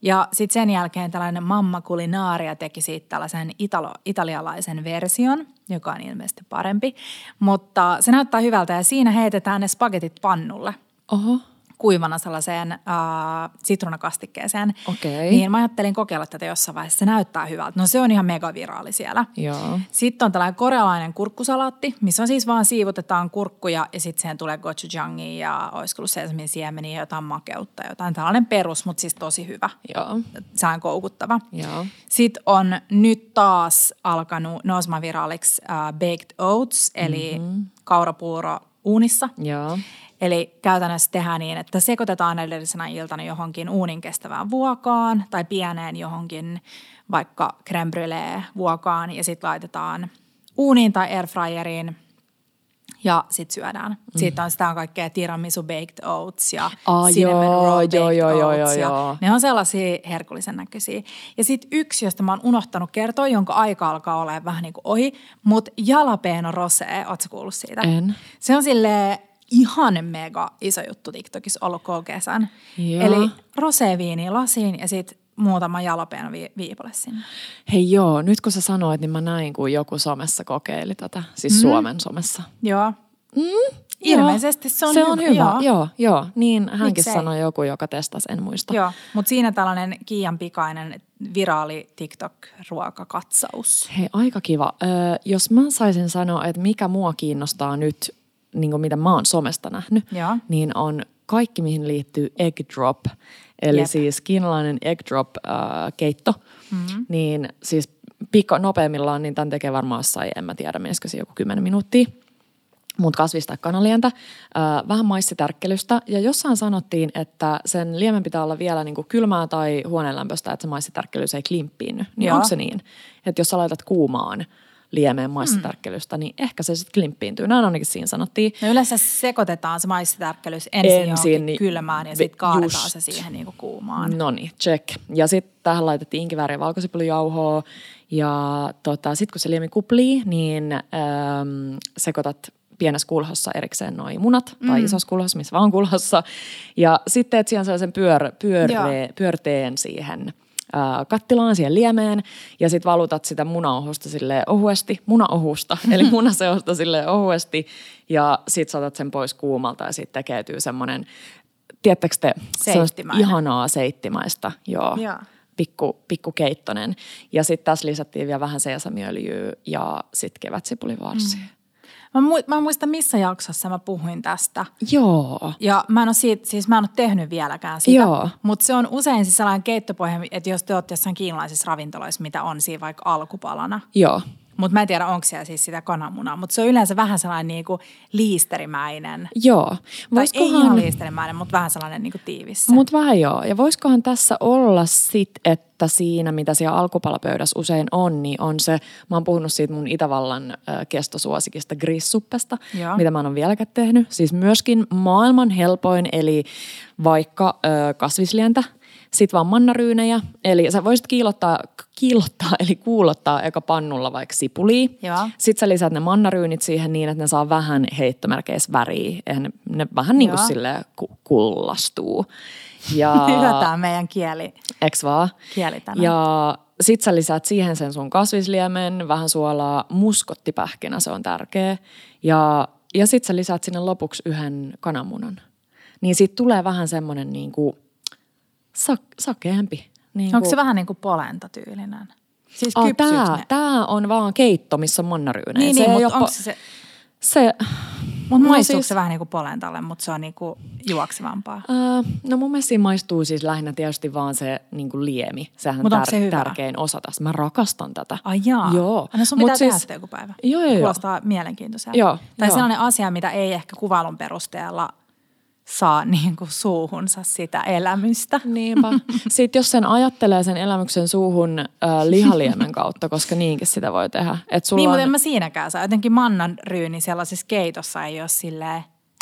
Ja sitten sen jälkeen tällainen Mamma Culinaria teki siitä tällaisen italialaisen version, joka on ilmeisesti parempi. Mutta se näyttää hyvältä ja siinä heitetään ne spagetit pannulle. Oho. Kuivana sellaiseen sitruunakastikkeeseen. Okei. Niin mä ajattelin kokeilla tätä jossain vaiheessa. Se näyttää hyvältä. No se on ihan megaviraali siellä. Joo. Sitten on tällainen korealainen kurkkusalaatti, missä on siis vaan siivutetaan kurkkuja ja sitten siihen tulee gochujangia ja olisiko ollut sesamin siemeniä ja jotain makeutta. Jotain tällainen perus, mutta siis tosi hyvä. Joo. Sellainen koukuttava. Joo. Sitten on nyt taas alkanut nousemaan viraaliksi baked oats, eli kaurapuuro uunissa. Joo. Eli käytännössä tehdään niin, että sekoitetaan edellisenä iltana johonkin uunin kestävään vuokaan tai pieneen johonkin vaikka crème brûlée vuokaan ja sitten laitetaan uuniin tai airfryeriin ja sitten syödään. Siitä on sitä kaikkea tiramisu baked oats ja cinnamon roll baked oats. Ja ne on sellaisia herkullisen näköisiä. Ja sitten yksi, josta mä oon unohtanut kertoa, jonka aika alkaa olla vähän niin kuin ohi, mutta jalapeno rosé, ootko kuullut siitä? En. Se on silleen ihan mega iso juttu TikTokissa ollut koko kesän. Joo. Eli roséviini lasiin ja sitten muutama jalapeno viipale sinne. Hei joo, nyt kun sä sanoit, niin mä näin, kun joku somessa kokeili tätä. Siis Suomen somessa. Joo. Ilmeisesti se on hyvä. Joo. Niin hänkin Miksei? sanoi joku, joka testasi, en muista. Joo, mutta siinä tällainen Kiian pikainen viraali TikTok-ruokakatsaus. Hei, aika kiva. Jos mä saisin sanoa, että mikä mua kiinnostaa nyt, niin kuin mitä mä oon somesta nähnyt, niin on kaikki, mihin liittyy egg drop. Eli siis kiinalainen egg drop keitto. Niin siis nopeimmillaan, niin tämän tekee varmaan jossain, en mä tiedä, menisikö se joku 10 minuuttia. Mutta kasvista ja kananlientä, vähän maissitärkkelystä. Ja jossain sanottiin, että sen liemen pitää olla vielä niinku kylmää tai huoneenlämpöistä, että se maissitärkkelyys ei klimppiinny. Niin onko se niin, että jos sä laitat kuumaan liemeen maissitärkkelystä, niin ehkä se sitten klimppiintyy. Näin ainakin siinä sanottiin. No yleensä sekoitetaan se maissitärkkelys ensin niin kylmään ja sitten kaadetaan se siihen niinku kuumaan. No niin, check. Ja sitten tähän laitettiin inkivääriä ja valkosipulujauhoa. Ja sitten kun se liemi kuplii, niin sekoitat pienessä kulhossa erikseen noi munat tai isossa kulhossa, missä vaan kulhossa. Ja sitten teet siihen sellaisen pyörteen siihen kattilaan, siihen liemeen ja sitten valutat sitä munaohusta silleen ohuesti, eli munaseosta silleen ohuesti ja sitten saatat sen pois kuumalta ja sitten tekeytyy semmoinen, tiedättekö te, ihanaa seittimäistä, joo. Pikku keittonen. Ja sitten tässä lisättiin vielä vähän sesamiöljyä ja sitten kevätsipulivarsia. Mä muistan, missä jaksossa mä puhuin tästä. Joo. Ja mä en ole tehnyt vieläkään sitä. Mutta se on usein siis sellainen keittopohja, että jos te olette jossain kiinalaisissa ravintoloissa, mitä on siinä vaikka alkupalana. Joo. Mutta mä en tiedä, onko siellä siis sitä kananmunaa. Mutta se on yleensä vähän sellainen niinku liisterimäinen. Joo. Tai ei ihan liisterimäinen, mutta vähän sellainen niinku tiivis. Mutta vähän joo. Ja voisikohan tässä olla sit, että siinä, mitä siellä alkupalapöydässä usein on, niin on se, mä oon puhunut siitä mun Itävallan kestosuosikista grissuppesta, mitä mä en ole vieläkään tehnyt. Siis myöskin maailman helpoin, eli vaikka kasvislientä. Sitten vaan mannaryynejä, eli sä voisit kiillottaa eli kuulottaa eka pannulla vaikka sipulia. Sitten sä lisät ne mannaryynit siihen niin, että ne saa vähän heittomerkeissä väriä. Ne vähän niin kuin silleen kullastuu. Hyvä tää meidän kieli. Eks vaan? Kieli tänään. Ja sit sä lisät siihen sen sun kasvisliemen, vähän suolaa, muskottipähkinä, se on tärkeä. Ja sit sä lisät sinne lopuksi yhden kananmunan. Niin siitä tulee vähän semmonen niinku sakeampi. Niin onko se vähän niin kuin polenta-tyylinen? Siis tää on vaan keitto, missä on mannaryynejä. Niin, mutta onko se... Mutta maistuuko se vähän niin kuin polentalle, mutta se on niin kuin juoksevampaa? No mun mielestä siinä maistuu siis lähinnä tietysti vaan se niin kuin liemi. Sehän on tärkein osa tässä. Mä rakastan tätä. Ai jaa. Joo. No sun pitää tehdä sitä joku päivä. Joo. Kuulostaa mielenkiintoiselta. Tai sellainen asia, mitä ei ehkä kuvailun perusteella saa niin kuin suuhunsa sitä elämystä. Niinpä. Sitten jos sen ajattelee sen elämyksen suuhun lihaliemen kautta, koska niinkin sitä voi tehdä. Niin, mutta en mä siinäkään saa. Jotenkin mannanryyni sellaisessa keitossa ei ole silleen.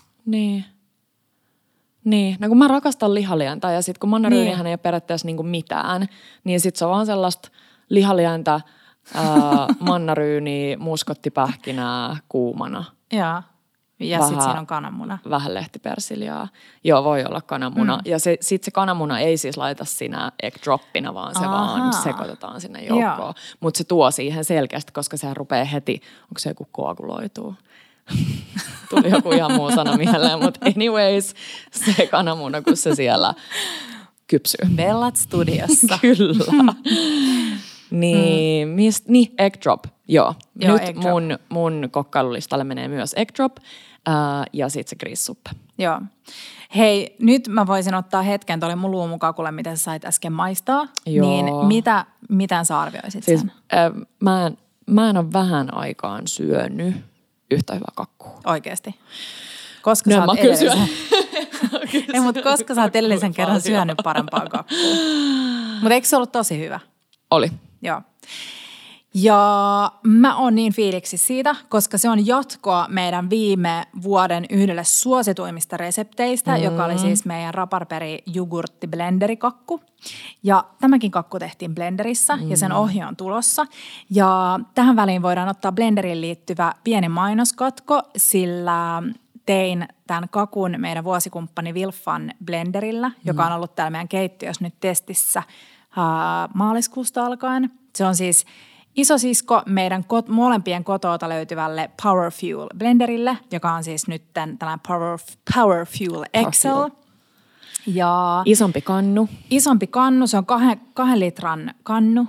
Niin, no kun mä rakastan lihalientä ja sitten kun mannaryynihän ei ole periaatteessa niinku mitään, niin sitten se on vaan sellaista lihalientä, mannaryyniä, muskottipähkinää kuumana. Ja sitten siinä on kananmuna. Vähän lehtipersiljaa. Joo, voi olla kananmuna. Ja sitten se kananmuna ei siis laita siinä egg droppina, vaan se vaan sekoitetaan sinne joukkoon. Mutta se tuo siihen selkeästi, koska sehän rupeaa heti, onko se joku koaguloituu? Tuli joku ihan muu sana mieleen, mutta anyways, se kananmuna, kun se siellä kypsyy. Bellat studiossa. Kyllä. Niin, egg drop. Joo. Nyt egg drop. mun kokkailulistalle menee myös egg drop ja sitten se grisssuppe. Joo. Hei, nyt mä voisin ottaa hetken, toi oli mun luumukakulle, mitä sä sait äsken maistaa. Joo. Niin miten sä arvioisit siis, sen? Mä en ole vähän aikaan syönyt yhtä hyvää kakkua. Oikeesti? Koska sä oot edellisen... Ei, mutta koska sä oot edellisen kerran syönyt parempaa kakkua. Mutta eikö se ollut tosi hyvä? Oli. Joo. Ja mä oon niin fiiliksi siitä, koska se on jatkoa meidän viime vuoden yhdelle suosituimmista resepteistä, joka oli siis meidän raparperi jogurtti blenderikakku. Ja tämäkin kakku tehtiin blenderissä ja sen ohje on tulossa. Ja tähän väliin voidaan ottaa blenderiin liittyvä pieni mainoskatko, sillä tein tämän kakun meidän vuosikumppani Wilfan blenderillä, joka on ollut täällä meidän keittiössä nyt testissä maaliskuusta alkaen. Se on siis isosisko meidän molempien kotoota löytyvälle Power Fuel blenderille, joka on siis nyt tällainen Power Fuel Excel. Ja Isompi kannu, se on 2 litran kannu.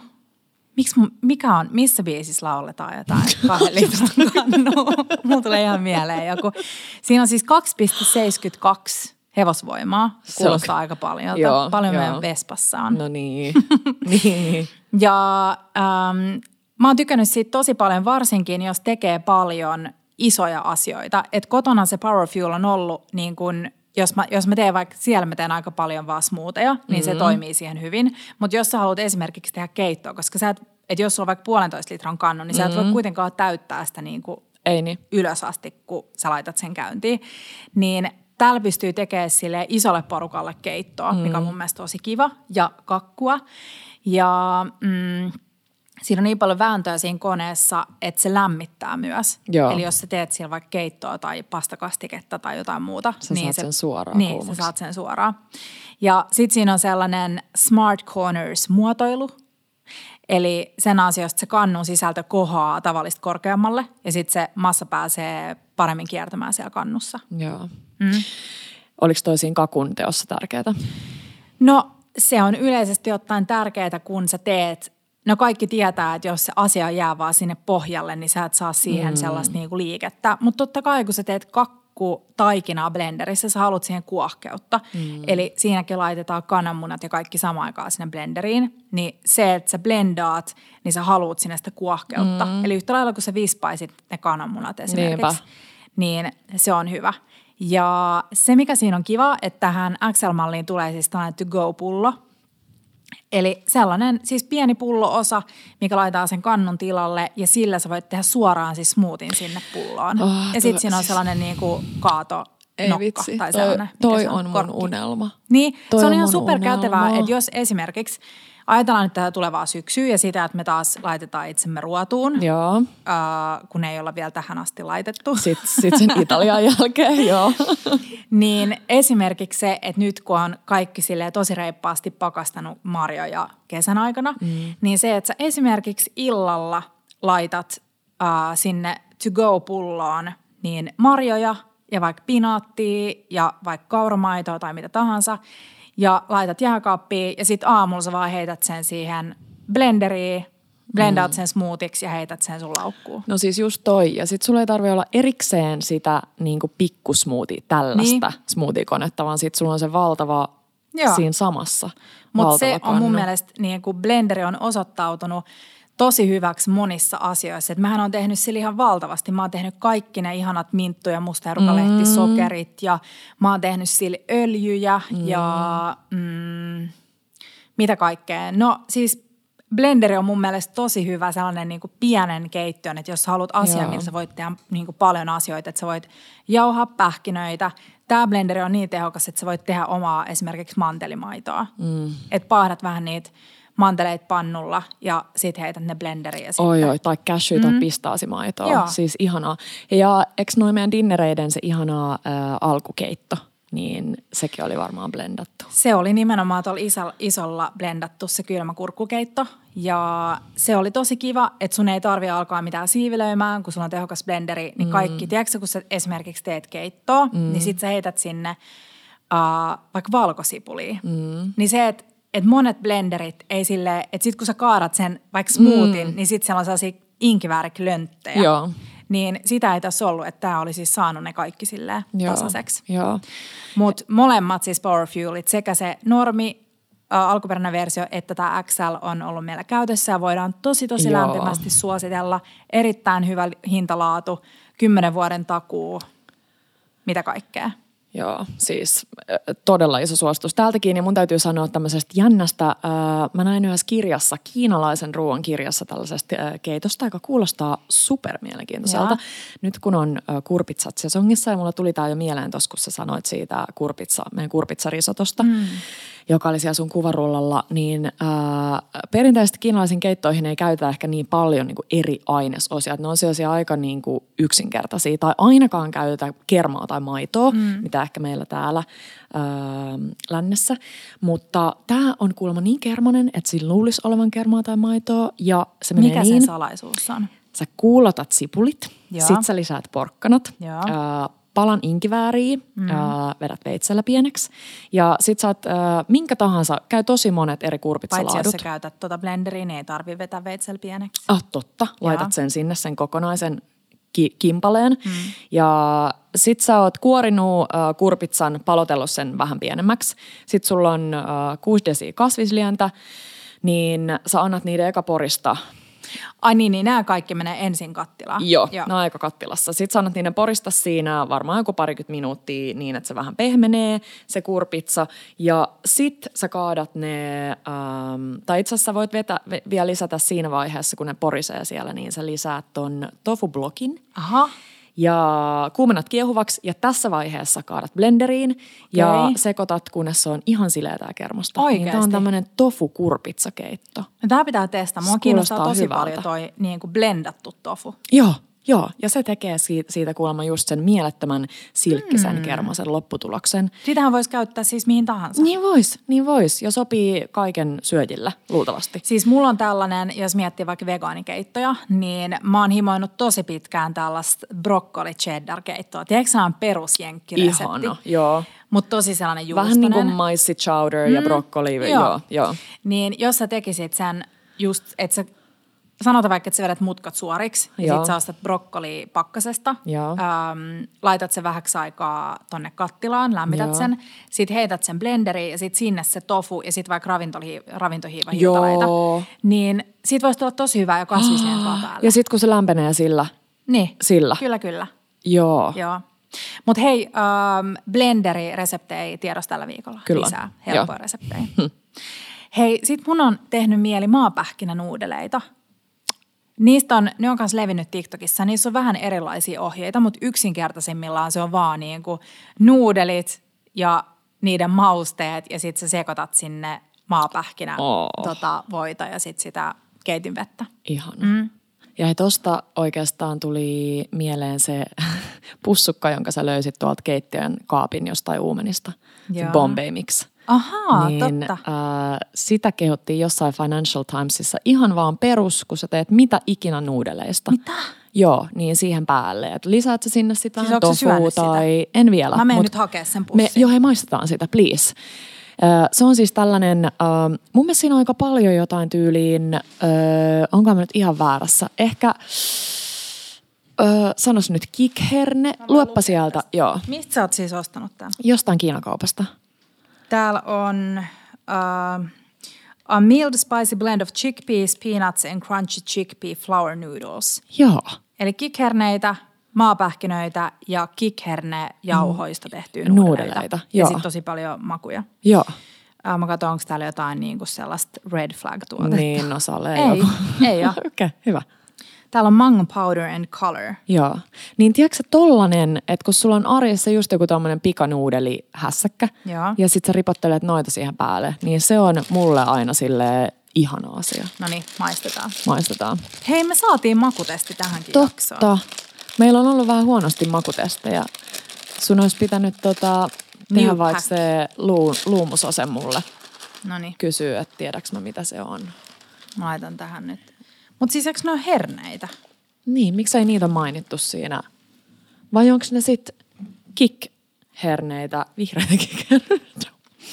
Missä biisissä lauletaan jotain 2 litran kannu? Mulla tulee ihan mieleen joku. Siinä on siis 2,72 hevosvoimaa. Kuulostaa aika paljon. Paljon meidän Vespassa on. No niin. niin. Ja mä oon tykännyt siitä tosi paljon, varsinkin jos tekee paljon isoja asioita. Että kotona se Power Fuel on ollut niin kuin, jos mä teen vaikka siellä mä teen aika paljon vaan smoothieja, niin se toimii siihen hyvin. Mutta jos sä haluat esimerkiksi tehdä keittoa, koska sä et jos sulla on vaikka 1,5 litran kannu, niin sä et voi kuitenkaan täyttää sitä niin kuin ylös asti, kun sä laitat sen käyntiin. Niin täällä pystyy tekemään sille isolle porukalle keittoa, mikä on mun mielestä tosi kiva, ja kakkua. Ja siinä on niin paljon vääntöä siinä koneessa, että se lämmittää myös. Joo. Eli jos sä teet siellä vaikka keittoa tai pastakastiketta tai jotain muuta. Sä saat sen suoraan Niin, sä saat sen suoraan. Ja sit siinä on sellainen Smart Corners-muotoilu. Eli sen ansiosta se kannun sisältö kohoaa tavallista korkeammalle ja sitten se massa pääsee paremmin kiertämään siellä kannussa. Joo. Oliko toi siinä kakun teossa tärkeää? No se on yleisesti ottaen tärkeää, kun sä teet, no kaikki tietää, että jos se asia jää vaan sinne pohjalle, niin sä et saa siihen sellaista niinku liikettä. Mutta totta kai, kun sä teet taikinaa blenderissä, sä haluat siihen kuohkeutta. Eli siinäkin laitetaan kananmunat ja kaikki samaan aikaan sinne blenderiin. Niin se, että sä blendaat, niin sä haluat sinne sitä kuohkeutta. Eli yhtä lailla, kun sä vispaisit ne kananmunat esimerkiksi, niin se on hyvä. Ja se, mikä siinä on kiva, että tähän Excel-malliin tulee siis tällainen to-go-pullo. Eli sellainen siis pieni pulloosa, mikä laitetaan sen kannun tilalle ja sillä sä voit tehdä suoraan siis smoothien sinne pulloon. Ja sitten siinä on sellainen niin kuin nokka tai sellainen. Toi on mun unelma. Niin, se on ihan superkätevää, että jos esimerkiksi ajatellaan nyt tätä tulevaa syksyä ja sitä, että me taas laitetaan itsemme ruotuun, joo. Kun ei olla vielä tähän asti laitettu. Sitten sen Italian jälkeen, joo. Niin esimerkiksi se, että nyt kun on kaikki silleen tosi reippaasti pakastanut marjoja kesän aikana, niin se, että sä esimerkiksi illalla laitat sinne to-go-pulloon niin marjoja ja vaikka pinaattia ja vaikka kauramaitoa tai mitä tahansa, ja laitat jääkaappiin ja sitten aamulla sä vaan heität sen siihen blenderiin, blendaat sen smoothiksi ja heität sen sun laukkuun. No siis just toi. Ja sit sulla ei tarvitse olla erikseen sitä niinku pikkusmoothie, tällaista smoothie-konetta, vaan sit sulla on se valtava siinä samassa. Mutta se on mun mielestä, niin kuin blenderi on osoittautunut tosi hyväksi monissa asioissa. Et mähän on tehnyt sillä ihan valtavasti. Mä oon tehnyt kaikki ne ihanat minttu- ja mustaherukkalehtisokerit ja mä oon tehnyt sillä öljyjä ja mitä kaikkea. No siis blenderi on mun mielestä tosi hyvä sellainen niin kuin pienen keittiön, että jos sä haluat asiaa, millä sä voit tehdä niin kuin paljon asioita, että sä voit jauhaa pähkinöitä. Tämä blenderi on niin tehokas, että sä voit tehdä omaa esimerkiksi mantelimaitoa. Että paahdat vähän niitä manteleit pannulla ja sit heität ne blenderiin. Oi, tai cashew tai pistaasimaitoa. Joo. Siis ihanaa. Ja eikö noin meidän dinnereiden se ihanaa alkukeitto, niin sekin oli varmaan blendattu. Se oli nimenomaan tuolla isolla blendattu se kylmä kurkkukeitto. Ja se oli tosi kiva, että sun ei tarvitse alkaa mitään siivilöimään, kun sulla on tehokas blenderi. Niin kaikki, tiedätkö kun sä esimerkiksi teet keittoa, niin sit sä heität sinne vaikka valkosipulia. Niin se, että monet blenderit ei silleen, että sit kun sä kaadat sen vaikka smoothin, niin sit siellä on sellaisia inkiväärklönttejä. Joo. Niin sitä ei tässä ollut, että tämä oli siis saanut ne kaikki silleen tasaiseksi. Joo. Mutta molemmat siis Power Fuelit, sekä se normi alkuperäinen versio, että tämä XL on ollut meillä käytössä ja voidaan tosi lämpimästi suositella. Erittäin hyvä hintalaatu, 10 vuoden takuu, mitä kaikkea. Joo, siis todella iso suositus täältäkin. Ja mun täytyy sanoa tämmöisestä jännästä, mä näin yhdessä kirjassa, kiinalaisen ruoan kirjassa tällaisesta keitosta, joka kuulostaa supermielenkiintoiselta. Nyt kun on kurpitsat sesongissa ja mulla tuli tää jo mieleen tossa, kun sä sanoit siitä meidän kurpitsarisotosta, joka oli siellä sun kuvarullalla, niin perinteisesti kiinalaisiin keittoihin ei käytetä ehkä niin paljon niin kuin eri ainesosia. Ne on sellaisia aika niin kuin yksinkertaisia tai ainakaan käytetä kermaa tai maitoa, mitä ehkä meillä täällä lännessä. Mutta tämä on kuulemma niin kermanen, että sillä luulisi olevan kermaa tai maitoa ja se menee Mikä niin. sen salaisuus on? Sä kuulotat sipulit, sit sä lisäät porkkanat, palan inkivääriä, vedät veitsellä pieneksi. Ja sit saat minkä tahansa, käy tosi monet eri kurpitsalaadut. Paitsi jos sä käytät blenderiä, niin ei tarvitse vetää veitsellä pieneksi. Totta. Laitat sen sinne, sen kokonaisen kimpaleen. Ja sit sä oot kuorinut kurpitsan, palotellut sen vähän pienemmäksi. Sit sulla on 6 desiä kasvislientä, niin sä annat niiden eka porista. Ai niin, nämä kaikki menee ensin kattilaan. Joo. Ne on aika kattilassa. Sitten sä annat niiden porista siinä varmaan joku 20 minuuttia niin, että se vähän pehmenee, se kurpitsa. Ja sit sä kaadat ne, tai itse asiassa voit vielä lisätä siinä vaiheessa, kun ne porisee siellä, niin sä lisäät ton tofublokin. Aha. Ja kuumennat kiehuvaksi ja tässä vaiheessa kaadat blenderiin ja sekoitat, kunnes se on ihan sileää kermasta. Oikeasti? Niin tämä on tämmöinen tofu-kurpitsakeitto. No, tämä pitää testata. Mua kiinnostaa tosi paljon toi niin kuin blendattu tofu. Joo, ja se tekee siitä kuulemma just sen mielettömän silkkisen kermasen lopputuloksen. Sitähän voisi käyttää siis mihin tahansa. Niin vois. Ja sopii kaiken syöjille luultavasti. Siis mulla on tällainen, jos miettii vaikka vegaanikeittoja, niin mä oon himoinut tosi pitkään tällaista broccoli cheddar-keittoa. Tiedätkö, se on perusjenkkiresepti? Ihana, joo. Mutta tosi sellainen juustoinen. Vähän niin kuin maissi chowder ja broccoli. Joo. Niin jos sä tekisit sen just, että sä sanotaan vaikka, että sä vedät mutkat suoriksi ja sit sä ostat brokkoli pakkasesta. Laitat sen vähäksi aikaa tonne kattilaan, lämmität sen. Sit heität sen blenderiin ja sit sinne se tofu ja sit vaikka ravintohiiva-hiutaleita. Niin sit voisi tulla tosi hyvää ja kasvislientoa päälle. Ja sit kun se lämpenee sillä. Niin, sillä. Kyllä. Joo. Mutta hei, blenderi-reseptejä tiedossa tällä viikolla. Kyllä. Lisää helppoja reseptejä. Hei, sit mun on tehnyt mieli maapähkinänuudeleita. Ne on myös levinnyt TikTokissa. Niissä on vähän erilaisia ohjeita, mutta yksinkertaisimmillaan se on vaan niin kuin nuudelit ja niiden mausteet ja sitten sä sekoitat sinne maapähkinä voita ja sitten sitä keitinvettä. Ihana. Ja hei, tosta oikeastaan tuli mieleen se pussukka, jonka sä löysit tuolta keittiön kaapin jostain uumenista. Se Bombay Mix. Ahaa, totta. Sitä kehottiin jossain Financial Timesissa ihan vaan perus, kun sä teet mitä ikinä nuudeleista. Mitä? Joo, niin siihen päälle. Et lisäät sä sinne sitten siis vähän tofua tai sitä? En vielä. Mä menen nyt hakea sen pussin. Hei, maistetaan sitä, please. Se on siis tällainen, mun mielestä siinä on aika paljon jotain tyyliin, onko mä nyt ihan väärässä, ehkä sanois nyt kikherne, luoppa sieltä, joo. Mistä sä oot siis ostanut tämän? Jostain Kiinakaupasta. Täällä on a milled spicy blend of chickpeas, peanuts and crunchy chickpea flour noodles. Joo. Eli kikherneitä, maapähkinöitä ja kikhernejauhoista tehtyä nuudeleita. Ja sitten tosi paljon makuja. Joo. Mä katson, onko täällä jotain niinku sellaista red flag-tuotetta. Niin, no salee joku. Ei ole. Okei, hyvä. Täällä on mango powder and color. Joo. Niin tiedätkö sä tollanen, että kun sulla on arjessa just joku tommonen pikanuudeli hässäkkä ja sit sä ripottelet noita siihen päälle, niin se on mulle aina silleen ihana asia. No niin, maistetaan. Maistetaan. Hei, me saatiin makutesti tähänkin jaksoon. Totta. Meillä on ollut vähän huonosti makutestejä. Sun olisi pitänyt tehdä vaikka se luumusose mulle. Noniin. Kysyä, että tiedäks mä mitä se on. Mä laitan tähän nyt. Mut siis eikö ne ole herneitä? Niin, miksei niitä mainittu siinä? Vai onko ne sit kick-herneitä, vihreitä kick-herneitä?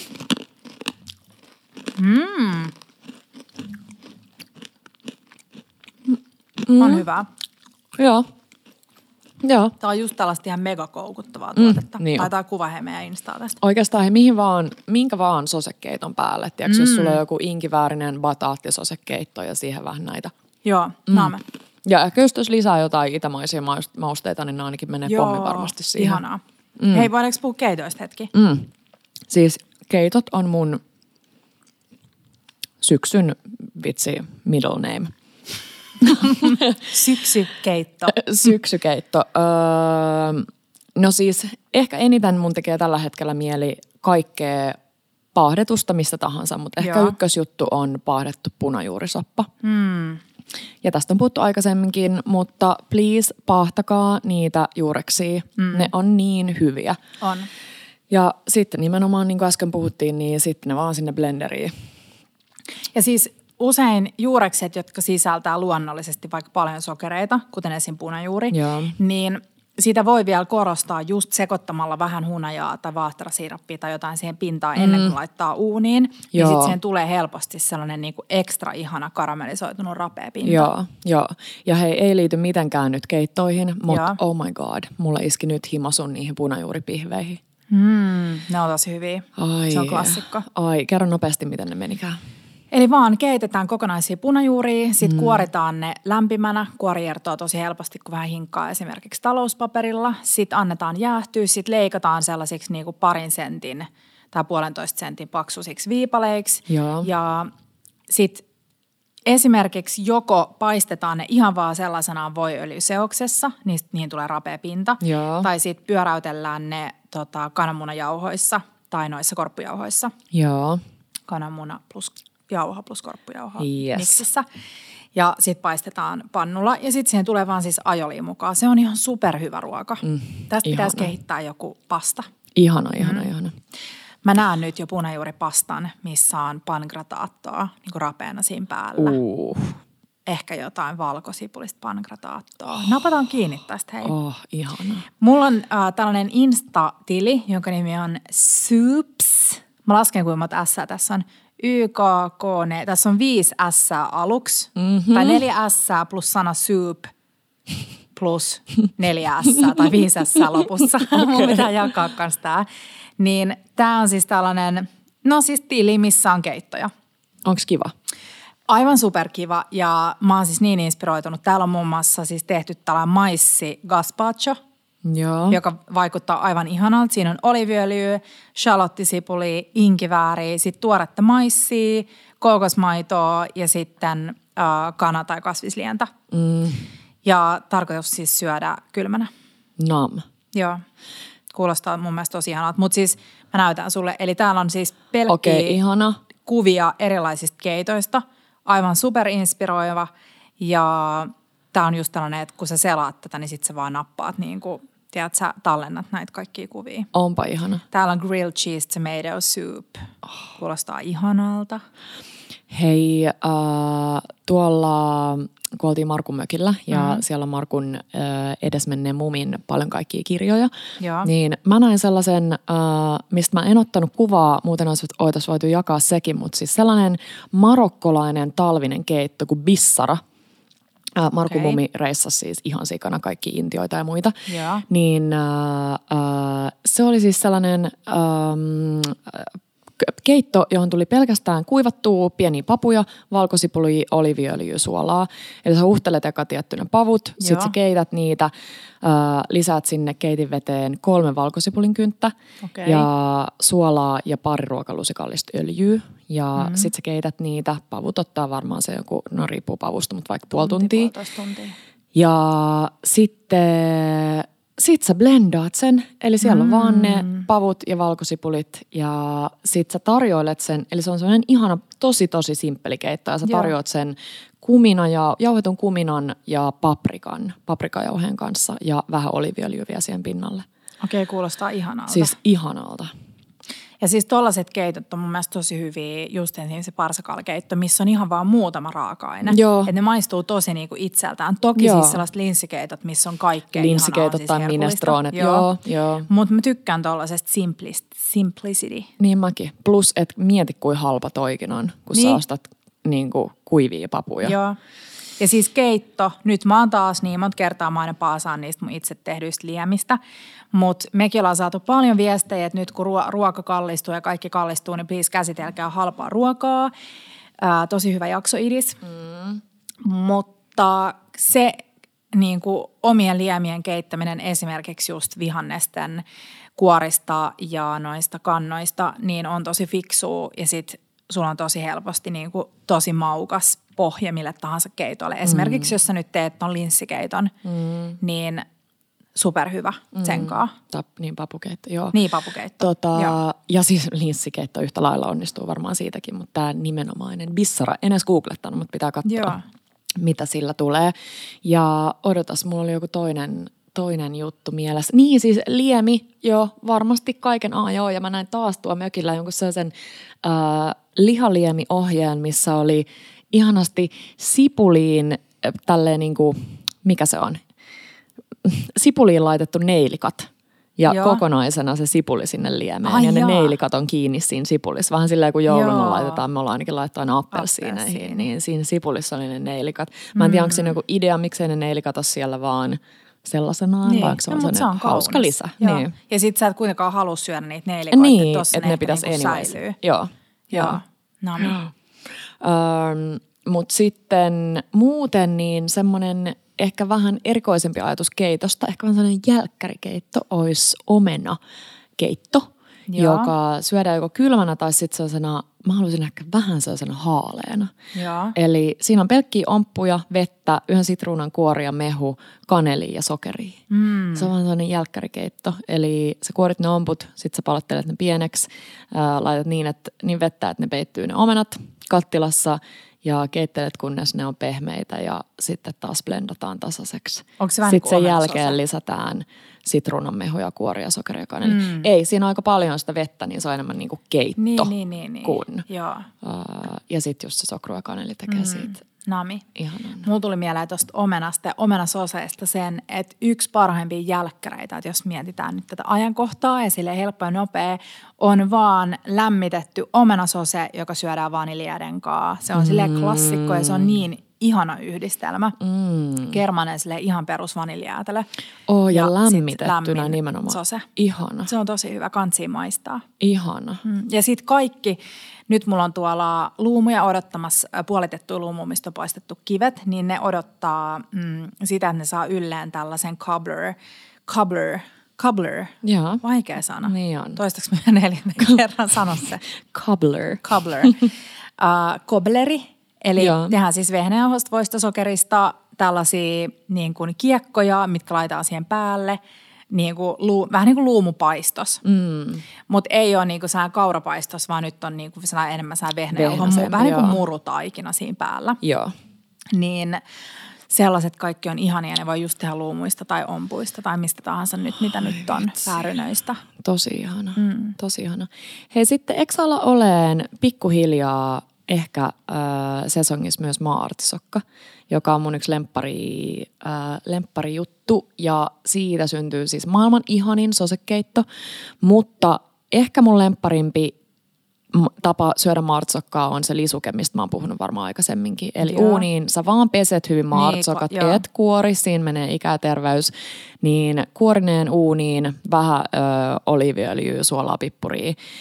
On hyvä. Joo. Tää on just tällaista ihan megakoukuttavaa tuotetta. Niin Laitetaan kuva hei meidän Instaa tästä. Oikeastaan minkä vaan sosekeiton päälle. Tiedätkö, jos sulla on joku inkiväärinen bataattisosekeitto ja siihen vähän näitä. Joo, naamme. Ja ehkä jos lisää jotain itämaisia mausteita, niin ne ainakin menee pommi varmasti siihen. Ihanaa. Hei, voidaanko puhua keitoista hetki? Siis keitot on mun syksyn middle name. Syksykeitto. Syksykeitto. No siis ehkä eniten mun tekee tällä hetkellä mieli kaikkea paahdetusta mistä tahansa, mutta ehkä ykkösjuttu on paahdettu punajuurisoppa. Ja tästä on puhuttu aikaisemminkin, mutta please paahtakaa niitä juureksia. Ne on niin hyviä. On. Ja sitten nimenomaan, niin kuin äsken puhuttiin, niin sitten ne vaan sinne blenderiin. Ja siis usein juurekset, jotka sisältää luonnollisesti vaikka paljon sokereita, kuten esim. Punajuuri, niin sitä voi vielä korostaa just sekoittamalla vähän hunajaa tai vaahterasiirappia tai jotain siihen pintaan ennen kuin laittaa uuniin. Ja sitten siihen tulee helposti sellainen niinku ekstra ihana karamellisoitunut rapea pinta. Joo. Ja hei, ei liity mitenkään nyt keittoihin, mutta oh my god, mulle iski nyt himo sun niihin punajuuripihveihin. Ne on tosi hyviä. Ai, se on klassikko. Kerro nopeasti, miten ne menikään. Eli vaan keitetään kokonaisia punajuuria, sitten kuoritaan ne lämpimänä. Kuori ertoo tosi helposti, kun vähän hinkkaa esimerkiksi talouspaperilla. Sitten annetaan jäähtyä, sitten leikataan sellaisiksi niin kuin 2 sentin tai 1,5 sentin paksuisiksi viipaleiksi. Ja sitten esimerkiksi joko paistetaan ne ihan vaan sellaisenaan voiöljyseoksessa, niihin tulee rapea pinta. Tai sitten pyöräytellään ne kananmunajauhoissa tai noissa korppujauhoissa. Kananmuna plus jauho plus korppujauho miksissä. Ja sitten paistetaan pannulla ja sitten siihen tulee vaan siis aioliin mukaan. Se on ihan superhyvä ruoka. Tästä pitäisi kehittää joku pasta. Ihana. Mä näen nyt jo punajuuripastan, missä on pangrataattoa niin kuin rapeana siinä päällä. Ehkä jotain valkosipulista pangrataattoa. Napataan kiinni tästä, hei. Ihana. Mulla on tällainen Insta-tili, jonka nimi on Soups. Mä lasken, kuinka monta S tässä on. YKKN. Tässä on 5 S aluksi. Tai 4 S plus sana soup plus 4 S tai 5 S lopussa. Mun pitää jakaa kans tää. Niin tää on siis tällainen, no siis tili, missä on keittoja. Onks kiva? Aivan superkiva ja mä oon siis niin inspiroitunut. Täällä on muun muassa siis tehty tällainen maissi gazpacho. Joka vaikuttaa aivan ihanalta. Siinä on oliiviöljyä, shalottisipuli, inkivääriä, sitten tuoretta maissia, kookosmaitoa ja sitten kana- tai kasvislientä. Ja tarkoitus siis syödä kylmänä. Nam. Joo. Kuulostaa mun mielestä tosi ihanalta. Mutta siis mä näytän sulle. Eli täällä on siis pelkkiä kuvia erilaisista keitoista. Aivan superinspiroiva ja tää on just tällainen, että kun sä selaat tätä, niin sit sä vaan nappaat niin kuin, tiedät, sä tallennat näitä kaikkia kuvia. Onpa ihana. Täällä on grilled cheese tomato soup. Kuulostaa ihanalta. Hei, tuolla kun oltiin Markun mökillä ja siellä on Markun edesmenneen mumin paljon kaikkia kirjoja, niin mä näin sellaisen, mistä mä en ottanut kuvaa, muuten oltaisiin voitu jakaa sekin, mutta siis sellainen marokkolainen talvinen keitto kuin bissara. Markun mumi reissasi siis ihan sikana kaikki intioita ja muita. Niin se oli siis sellainen keitto, johon tuli pelkästään kuivattua pieniä papuja, valkosipulia, oliiviöljyä, suolaa. Eli sä uhtelet eka tietty ne pavut, sit sä keität niitä, lisäät sinne keitinveteen 3 valkosipulin kynttä ja suolaa ja 2 ruokalusikallista öljyä. Ja sit sä keität niitä, pavut ottaa varmaan se joku, no riippuu pavusta, mutta vaikka puoli tuntia. Tuntia. Ja sitten sit sä blendaat sen, eli siellä on vaan ne pavut ja valkosipulit ja sit sä tarjoilet sen, eli se on sellainen ihana, tosi simppeli keitto ja sä tarjoat sen jauhetun kuminan ja paprikajauheen kanssa ja vähän oliiviöljyä vielä siihen pinnalle. Okei, kuulostaa ihanalta. Siis ihanalta. Ja siis tollaiset keitot on mun mielestä tosi hyviä, just ensin se parsakalkeitto, missä on ihan vaan muutama raaka-aine. Joo. Että ne maistuu tosi niinku itseltään. Toki siis sellaiset linssikeitot, missä on kaikkea linssikeitot ihanaa. tai minestronet, joo. Mutta mä tykkään tollasesta simplicity. Niin mäkin. Plus, että mieti kuin halpa toikin on, kun sä ostat niinku kuivia papuja. Joo. Ja siis keitto, nyt mä oon taas niin monta kertaa mä aina paasaan niistä mun itse tehdyistä liemistä, mutta mekin ollaan saatu paljon viestejä, että nyt kun ruoka kallistuu ja kaikki kallistuu, niin please käsitelkää halpaa ruokaa. Tosi hyvä jaksoidis. Mutta se niin kuin omien liemien keittäminen esimerkiksi just vihannesten kuorista ja noista kannoista, niin on tosi fiksua ja sit sulla on tosi helposti niin kuin tosi maukas pohja mille tahansa keitolle. Esimerkiksi jos sä nyt teet ton linssikeiton, niin superhyvä senkaa. Niin papukeitto, joo. Niin papukeitto, joo. Ja siis linssikeitto yhtä lailla onnistuu varmaan siitäkin, mutta tämä nimenomainen bissara, en edes googlettanut, mutta pitää katsoa, mitä sillä tulee. Ja odotas, mulla oli joku toinen juttu mielessä. Niin siis liemi, joo, varmasti kaiken A ja O. Ja mä näin taas tuo mökillä jonkun sellaisen lihaliemiohjeen, missä oli ihanasti sipuliin tälleen niinku, mikä se on? Sipuliin laitettu neilikat. Ja kokonaisena se sipuli sinne liemeen. Ja ne neilikat on kiinni siinä sipulissa. Vähän silleen kun jouluna laitetaan, me ollaan ainakin laittaa aina appelsiineihin. Niin siinä sipulissa oli ne neilikat. Mä en tiedä, onko siinä joku idea, miksei ne neilikat ole siellä vaan sellaisenaan, niin. Vaikka se on hauska lisä. Niin. Ja sit sä et kuitenkaan halua syödä niitä neilikoita, niin, tossa että ne pitäisi niinku säilyy. Joo. No niin. Mutta sitten muuten niin semmoinen ehkä vähän erikoisempi ajatus keitosta, ehkä vähän sellainen jälkkärikeitto olisi omenakeitto, joka syödään joko kylmänä tai sitten sellaisena, mä haluaisin ehkä vähän sellaisena haaleena. Eli siinä on pelkkiä omppuja, vettä, yhden sitruunan kuoria, mehu, kanelia ja sokeria. Se on vähän sellainen jälkkärikeitto. Eli sä kuorit ne omput, sit sä palattelet ne pieneksi, laitat niin vettä, että ne peittyy ne omenat kattilassa ja keittelet, kunnes ne on pehmeitä ja sitten taas blendataan tasaiseksi. Onko se vähän sitten sen jälkeen lisätään sitruunanmehuja, kuoria, sokeria ja kaneli. Ei, siinä on aika paljon sitä vettä, niin se on enemmän niin kuin keitto niin. kuin. Joo. Ja sitten just se sokru ja kaneli tekee siitä. Nami. Ihanan. Mulla tuli mieleen tuosta omenasta ja omenasoseesta sen, että yksi parhaimpia jälkkäreitä, että jos mietitään nyt tätä ajankohtaa ja sille helppo ja nopea, on vaan lämmitetty omenasose, joka syödään vaniljaiden kanssa. Se on silleen klassikko ja se on niin ihana yhdistelmä. Kermanen silleen ihan perus vaniljäätelö. Ja lämmitettynä nimenomaan. Sose. Ihana. Se on tosi hyvä, kansiin maistaa. Ihana. Ja sitten kaikki, nyt mulla on tuolla luumuja odottamassa, puolitettuja luumuja, mistä on poistettu kivet, niin ne odottaa sitä, että ne saa ylleen tällaisen cobbler. Joo. Vaikea sana. Niin on. Toistaks mä 4 kerran sano se? Cobbler. Cobbleri. Eli tehdään siis vehnäjauhosta, voistosokerista tällaisia niin kuin kiekkoja, mitkä laitetaan siihen päälle. Niin kuin, vähän niin kuin luumupaistos. Mutta ei ole niin kuin kaurapaistos, vaan nyt on niin kuin enemmän vehnäjauho. Vähän niin kuin murutaikina siinä päällä. Joo. Niin sellaiset kaikki on ihania. Ne voi just tehdä luumuista tai ompuista tai mistä tahansa nyt, mitä nyt on, päärynöistä. Tosi ihana. Tosi ihana. Hei sitten, eikö ala oleen pikkuhiljaa ehkä sesongissa myös maa-artisokka, joka on mun yksi lemppari juttu ja siitä syntyy siis maailman ihanin sosekeitto, mutta ehkä mun lempparimpi tapa syödä maa-artisokkaa on se lisuke, mistä mä oon puhunut varmaan aikaisemminkin. Eli uuniin sä vaan peset hyvin maa-artisokat, et kuori, siinä menee ikä ja terveys, niin kuorineen uuniin vähän oliiviöljyä, suolaa, pippuria.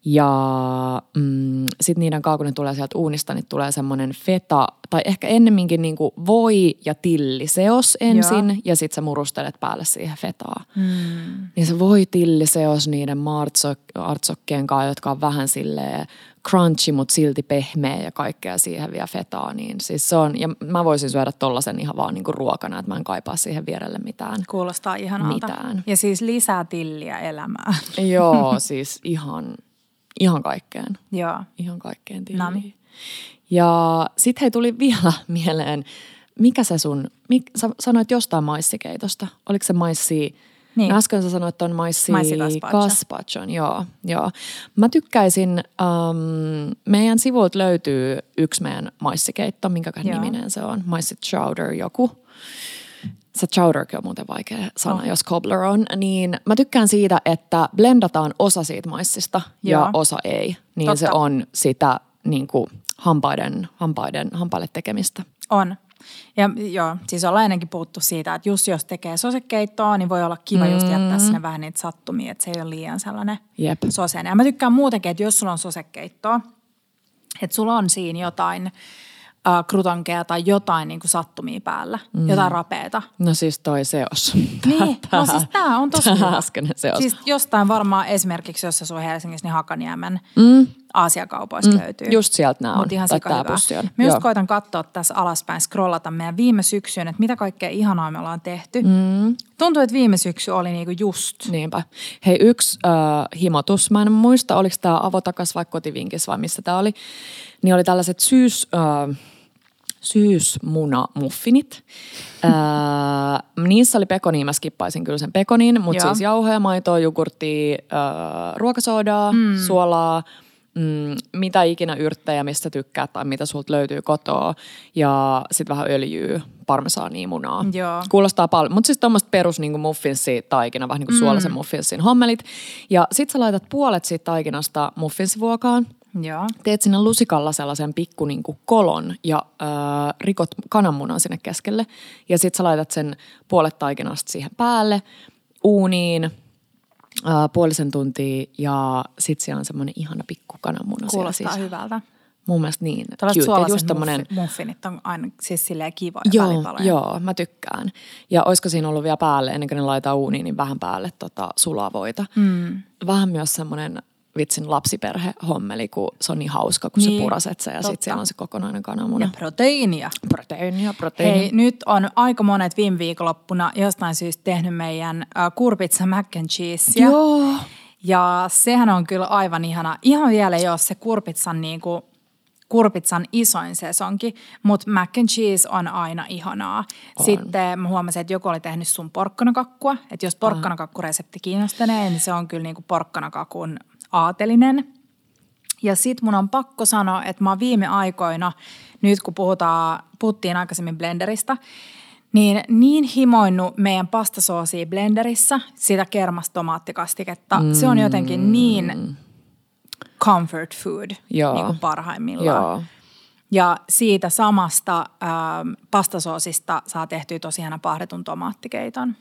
Ja sitten niiden kanssa, kun ne tulee sieltä uunista, niin tulee semmoinen feta, tai ehkä ennemminkin niinku voi- ja tilliseos ensin, joo. Ja sitten sä murustelet päälle siihen fetaa. Niin se voi-tilliseos niiden artsokkien kanssa, jotka on vähän silleen crunchy, mutta silti pehmeä ja kaikkea siihen vielä fetaa, niin siis se on, ja mä voisin syödä tollasen ihan vaan niinku ruokana, että mä en kaipaa siihen vierelle mitään. Kuulostaa ihanalta. Mitään. Ja siis lisää tilliä elämään. Joo, siis ihan kaikkeen. Joo. Ihan kaikkeen tilliä. Nami. Ja sit hei tuli vielä mieleen, mikä se sä sanoit jostain maissikeitosta. Oliko se maissi? Niin. No äsken sä sanoit, että on maissi gazpachon. Joo. Mä tykkäisin, meidän sivuilta löytyy yksi meidän maissikeitto, minkäkään niminen se on. Maissi chowder joku. Se chowderkin on muuten vaikea sana, jos cobbler on. Niin mä tykkään siitä, että blendataan osa siitä maissista ja osa ei. Niin totta. Se on sitä niin kuin hampaille tekemistä. On. Ja joo, siis ollaan ennenkin puhuttu siitä, että just jos tekee sosekeittoa, niin voi olla kiva just jättää sinne vähän niitä sattumia, että se ei ole liian sellainen soseinen. Ja mä tykkään muutenkin, että jos sulla on sosekeittoa, että sulla on siinä jotain krutonkeja tai jotain niin kuin sattumia päällä, jotain rapeeta. No siis toi seos. Niin, no siis tää on tosi hyvä. Äskeinen seos. Siis jostain varmaan esimerkiksi, jos se sun Helsingissä, niin Hakaniemen Aasiakaupoista löytyy. Just sieltä nää on. Mut ihan sika hyvä. Mä just koitan katsoa tässä alaspäin, scrollata meidän viime syksyyn, että mitä kaikkea ihanaa me ollaan tehty. Tuntuu, että viime syksy oli niinku just. Niinpä. Hei, yksi himotus. Mä en muista, oliko tää Avotakas vai Kotivinkis vai missä tää oli. Niin oli tällaiset syysmunamuffinit. Niissä oli pekonia, mä skippaisin kyllä sen pekonin, mutta siis jauhoja, maitoa, jogurttia, ruokasoodaa, suolaa, mitä ikinä yrttejä, mistä tykkäät tai mitä sulta löytyy kotoa ja sitten vähän öljyä, parmesaania, munaa. Joo. Kuulostaa paljon, mutta siis tommoista perus niinku muffinsi-taikina, vähän niin kuin suolaisen muffinsin hommelit. Ja sit sä laitat puolet siitä taikinasta muffinsivuokaan. Joo. Teet sinne lusikalla sellaisen pikku niinku kolon ja rikot kananmunan sinne keskelle. Ja sit sä laitat sen puolet taikinasta siihen päälle, uuniin, puolisen tuntia ja sit siellä on semmoinen ihana pikku kananmuna. Kuulostaa hyvältä. Mun mielestä niin. Tällaiset suolaiset muffinit on aina siis silleen kivoja välipaloja. Joo, mä tykkään. Ja olisiko siinä ollut vielä päälle, ennen kuin ne laitetaan uuniin, niin vähän päälle sulavoita. Vähän myös semmoinen vitsin lapsiperhehommeli, kun se on niin hauska, kun niin, sä puraset sen ja sitten siellä on se kokonainen kananmuna. Ja proteiinia. Proteiinia. Hei, nyt on aika monet viime viikonloppuna jostain syystä tehnyt meidän kurpitsa mac and cheesea. Joo. Ja sehän on kyllä aivan ihana. Ihan vielä jos se kurpitsan isoin sesonki, mutta mac and cheese on aina ihanaa. On. Sitten mä huomasin, että joku oli tehnyt sun porkkanakakkua. Että jos porkkanakakkuresepti kiinnostanee, niin se on kyllä niinku porkkanakakun aatelinen. Ja sit mun on pakko sanoa, että mä oon viime aikoina, nyt kun puhuttiin aikaisemmin blenderistä, niin himoinnut meidän pastasoosia blenderissä, sitä kermastomaattikastiketta. Se on jotenkin niin comfort food niin kuin parhaimmillaan. Joo. Ja siitä samasta pastasoosista saa tehtyä tosi ihana pahdetun tomaattikeiton.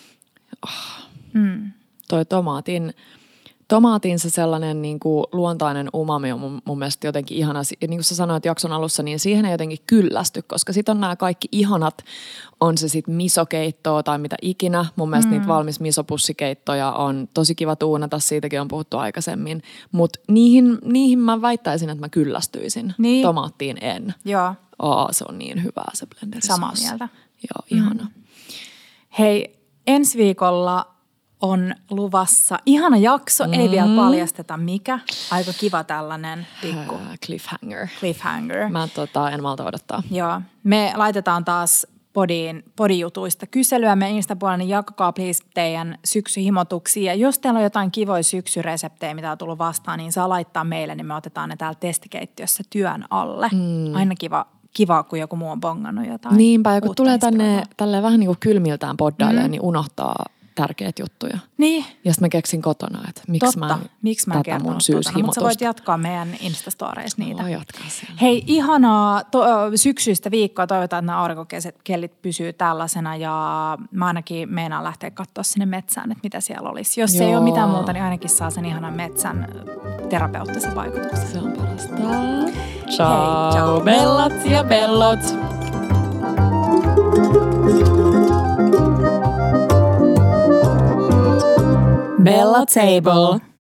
Toi tomaatin se sellainen niin kuin luontainen umami on mun mielestä jotenkin ihana. Ja niin kuin sä sanoit jakson alussa, niin siihen ei jotenkin kyllästy, koska sit on nämä kaikki ihanat, on se sitten misokeittoa tai mitä ikinä. Mun mielestä niitä valmis misoppussikeittoja on tosi kiva tuunata, siitäkin on puhuttu aikaisemmin. Mutta niihin mä väittäisin, että mä kyllästyisin. Niin. Tomaattiin en. Joo. Se on niin hyvää se blenderisoosi. Samaa mieltä. Joo, ihana. Hei, ensi viikolla on luvassa ihana jakso, ei vielä paljasteta mikä. Aika kiva tällainen pikku cliffhanger. Mä en malta odottaa. Joo, me laitetaan taas podijutuista kyselyä meidän Instapuolella, niin jakakaa please teidän syksyhimotuksia. Jos teillä on jotain kivoja syksyreseptejä, mitä on tullut vastaan, niin saa laittaa meille, niin me otetaan ne täällä testikeittiössä työn alle. Aina kiva, kun joku muu on bongannut jotain. Niinpä, ja kun tulee tälleen vähän niin kuin kylmiltään poddailemaan, niin unohtaa tärkeitä juttuja. Niin. Ja sitten mä keksin kotona, että miksi mä en tätä mun syyshimotusta. Mutta sä voit jatkaa meidän Instastoreissa niitä. Joo, jatkaa siellä. Hei, ihanaa syksyistä viikkoa. Toivotaan, että nämä aurinkokellit pysyy tällaisena. Ja mä ainakin meinaan lähteä katsoa sinne metsään, että mitä siellä olisi. Jos ei ole mitään muuta, niin ainakin saa sen ihanan metsän terapeuttisen vaikutuksen. Se on parasta. Ciao, ciao bellat ja bellot. Bella Table.